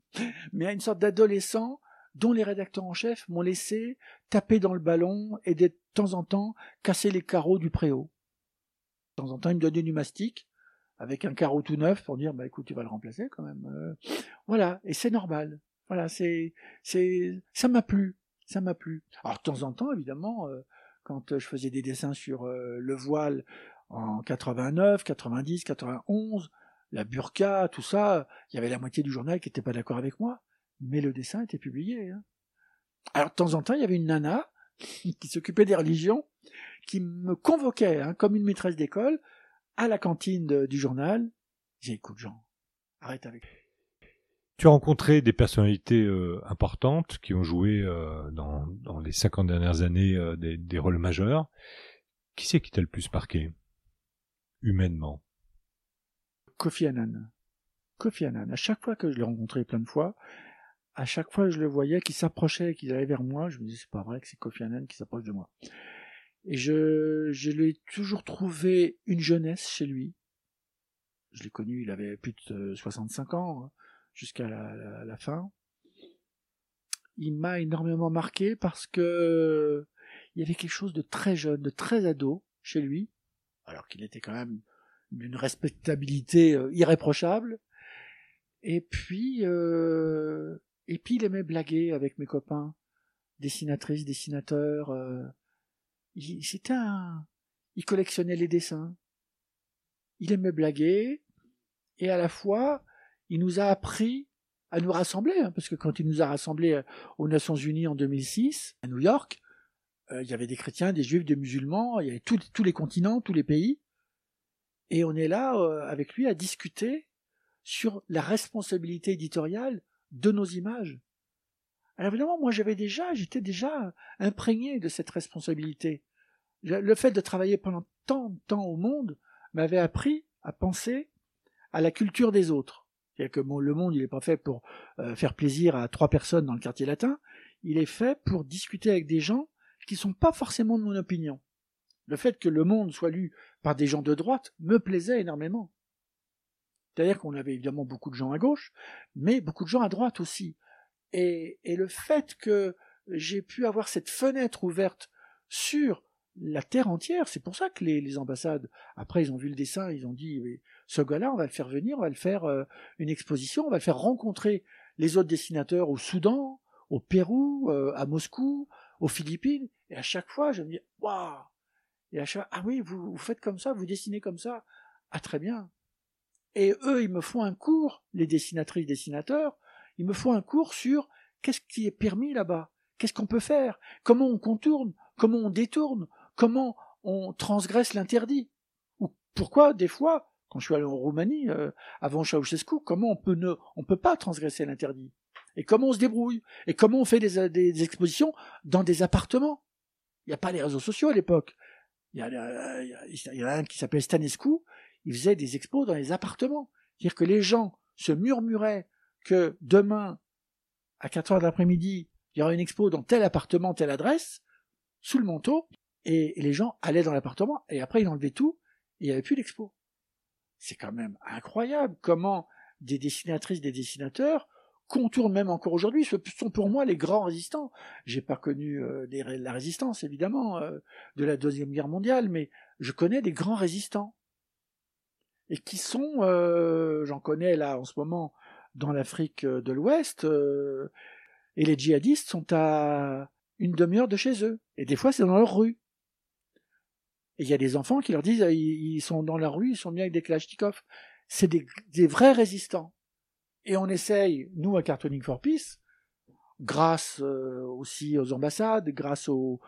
mais à une sorte d'adolescent dont les rédacteurs en chef m'ont laissé taper dans le ballon et de temps en temps casser les carreaux du préau. De temps en temps, ils me donnaient du mastic avec un carreau tout neuf pour dire bah écoute, tu vas le remplacer quand même. Euh, voilà, et c'est normal. Voilà, c'est c'est ça m'a plu, ça m'a plu. Alors de temps en temps, évidemment, euh, quand je faisais des dessins sur euh, le voile en quatre-vingt-neuf, quatre-vingt-dix, quatre-vingt-onze, la burqa, tout ça, il y avait la moitié du journal qui n'était pas d'accord avec moi, mais le dessin était publié. Hein. Alors de temps en temps, il y avait une nana qui s'occupait des religions, qui me convoquait, hein, comme une maîtresse d'école, à la cantine de, du journal. J'ai dit, écoute Jean, arrête avec. Tu as rencontré des personnalités euh, importantes qui ont joué euh, dans, dans les cinquante dernières années euh, des, des rôles majeurs. Qui c'est qui t'a le plus marqué, humainement? Kofi Annan. Kofi Annan. À chaque fois que je l'ai rencontré plein de fois, à chaque fois que je le voyais, qu'il s'approchait, qu'il allait vers moi, je me disais, c'est pas vrai que c'est Kofi Annan qui s'approche de moi. Et je, je l'ai toujours trouvé une jeunesse chez lui. Je l'ai connu, il avait plus de soixante-cinq ans, hein, jusqu'à la, la, la fin. Il m'a énormément marqué parce que il y avait quelque chose de très jeune, de très ado chez lui, alors qu'il était quand même d'une respectabilité euh, irréprochable. Et puis, euh, et puis il aimait blaguer avec mes copains, dessinatrices, dessinateurs. Euh, il, c'était un, il collectionnait les dessins. Il aimait blaguer et à la fois, il nous a appris à nous rassembler, hein, parce que quand il nous a rassemblés aux Nations Unies en deux mille six, à New York, euh, il y avait des chrétiens, des juifs, des musulmans, il y avait tout, tous les continents, tous les pays, et on est là euh, avec lui à discuter sur la responsabilité éditoriale de nos images. Alors évidemment, moi j'avais déjà, j'étais déjà imprégné de cette responsabilité. Le fait de travailler pendant tant de temps au monde m'avait appris à penser à la culture des autres. C'est-à-dire que bon, le monde, il n'est pas fait pour euh, faire plaisir à trois personnes dans le quartier latin, il est fait pour discuter avec des gens qui ne sont pas forcément de mon opinion. Le fait que le monde soit lu par des gens de droite me plaisait énormément. C'est-à-dire qu'on avait évidemment beaucoup de gens à gauche, mais beaucoup de gens à droite aussi. Et, et le fait que j'ai pu avoir cette fenêtre ouverte sur la terre entière, c'est pour ça que les, les ambassades, après ils ont vu le dessin, ils ont dit ce gars-là, on va le faire venir, on va le faire euh, une exposition, on va le faire rencontrer les autres dessinateurs au Soudan, au Pérou, euh, à Moscou, aux Philippines, et à chaque fois je me dis waouh, et à chaque ah oui, vous, vous faites comme ça, vous dessinez comme ça, ah très bien. Et eux, ils me font un cours, les dessinatrices, dessinateurs, ils me font un cours sur qu'est-ce qui est permis là-bas, qu'est-ce qu'on peut faire, comment on contourne, comment on détourne, comment on transgresse l'interdit. Ou pourquoi, des fois, quand je suis allé en Roumanie, euh, avant Ceausescu, comment on peut ne, on peut pas transgresser l'interdit. Et comment on se débrouille. Et comment on fait des, des, des expositions dans des appartements. Il n'y a pas les réseaux sociaux à l'époque. Il y, a, il, y a, il y en a un qui s'appelle Stanescu, il faisait des expos dans les appartements. C'est-à-dire que les gens se murmuraient que demain, à quatre heures de l'après-midi, il y aura une expo dans tel appartement, telle adresse, sous le manteau, et, et les gens allaient dans l'appartement, et après ils enlevaient tout, et il n'y avait plus d'expo. C'est quand même incroyable comment des dessinatrices, des dessinateurs contournent même encore aujourd'hui, ce sont pour moi les grands résistants. J'ai pas connu euh, des, la résistance, évidemment, euh, de la Deuxième Guerre mondiale, mais je connais des grands résistants. Et qui sont, euh, j'en connais là en ce moment, dans l'Afrique de l'Ouest, euh, et les djihadistes sont à une demi-heure de chez eux. Et des fois, c'est dans leur rue. Et il y a des enfants qui leur disent, ils sont dans la rue, ils sont bien avec des kalachnikovs. C'est des, des vrais résistants. Et on essaye, nous, à Cartooning for Peace, grâce euh, aussi aux ambassades, grâce aux,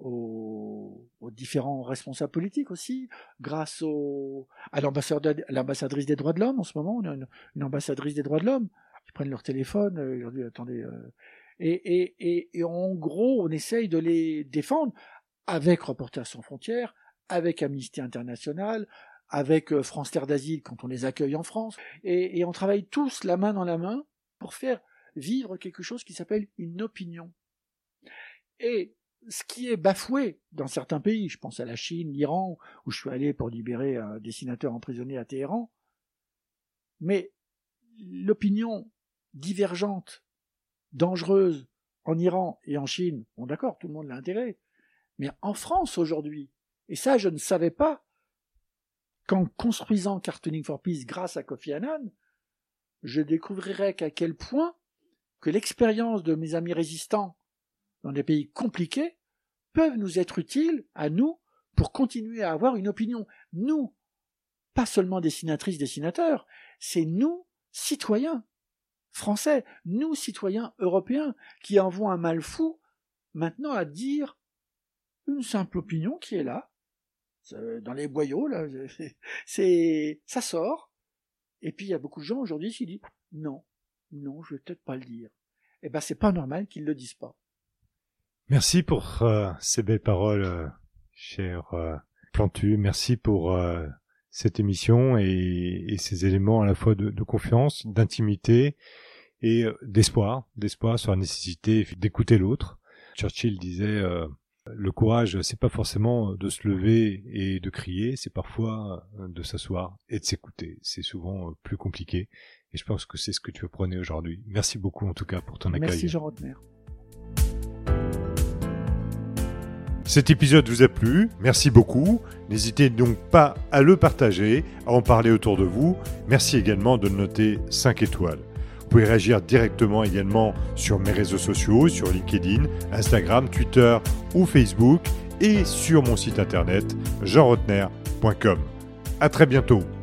aux, aux différents responsables politiques aussi, grâce au, à, à l'ambassadrice des droits de l'homme, en ce moment, on a une, une ambassadrice des droits de l'homme, qui prennent leur téléphone, euh, ils leur disent, attendez, euh, et, et, et, et en gros, on essaye de les défendre avec Reporters sans frontières, avec Amnesty International, avec euh, France Terre d'Asile quand on les accueille en France, et, et on travaille tous la main dans la main pour faire vivre quelque chose qui s'appelle une opinion. Et ce qui est bafoué dans certains pays, je pense à la Chine, l'Iran, où je suis allé pour libérer un dessinateur emprisonné à Téhéran, mais l'opinion divergentes, dangereuses, en Iran et en Chine, bon d'accord, tout le monde l'a intégré, mais en France aujourd'hui, et ça je ne savais pas, qu'en construisant Cartooning for Peace grâce à Kofi Annan, je découvrirais qu'à quel point que l'expérience de mes amis résistants dans des pays compliqués peuvent nous être utiles à nous pour continuer à avoir une opinion. Nous, pas seulement dessinatrices, dessinateurs, c'est nous, citoyens français, nous, citoyens européens, qui en avons un mal fou maintenant à dire une simple opinion qui est là, dans les boyaux, là, c'est, ça sort. Et puis il y a beaucoup de gens aujourd'hui qui disent non, non, je vais peut-être pas le dire. Eh ben c'est pas normal qu'ils le disent pas. Merci pour euh, ces belles paroles, euh, cher euh, Plantu. Merci pour euh, cette émission et, et ces éléments à la fois de, de confiance, d'intimité et euh, d'espoir, d'espoir sur la nécessité d'écouter l'autre. Churchill disait euh, le courage, c'est pas forcément de se lever et de crier, c'est parfois de s'asseoir et de s'écouter. C'est souvent plus compliqué et je pense que c'est ce que tu prônais aujourd'hui. Merci beaucoup en tout cas pour ton accueil. Merci Jean Rotner. Cet épisode vous a plu, merci beaucoup. N'hésitez donc pas à le partager, à en parler autour de vous. Merci également de noter cinq étoiles. Vous pouvez réagir directement également sur mes réseaux sociaux, sur LinkedIn, Instagram, Twitter ou Facebook et sur mon site internet jean rotner point com. À très bientôt.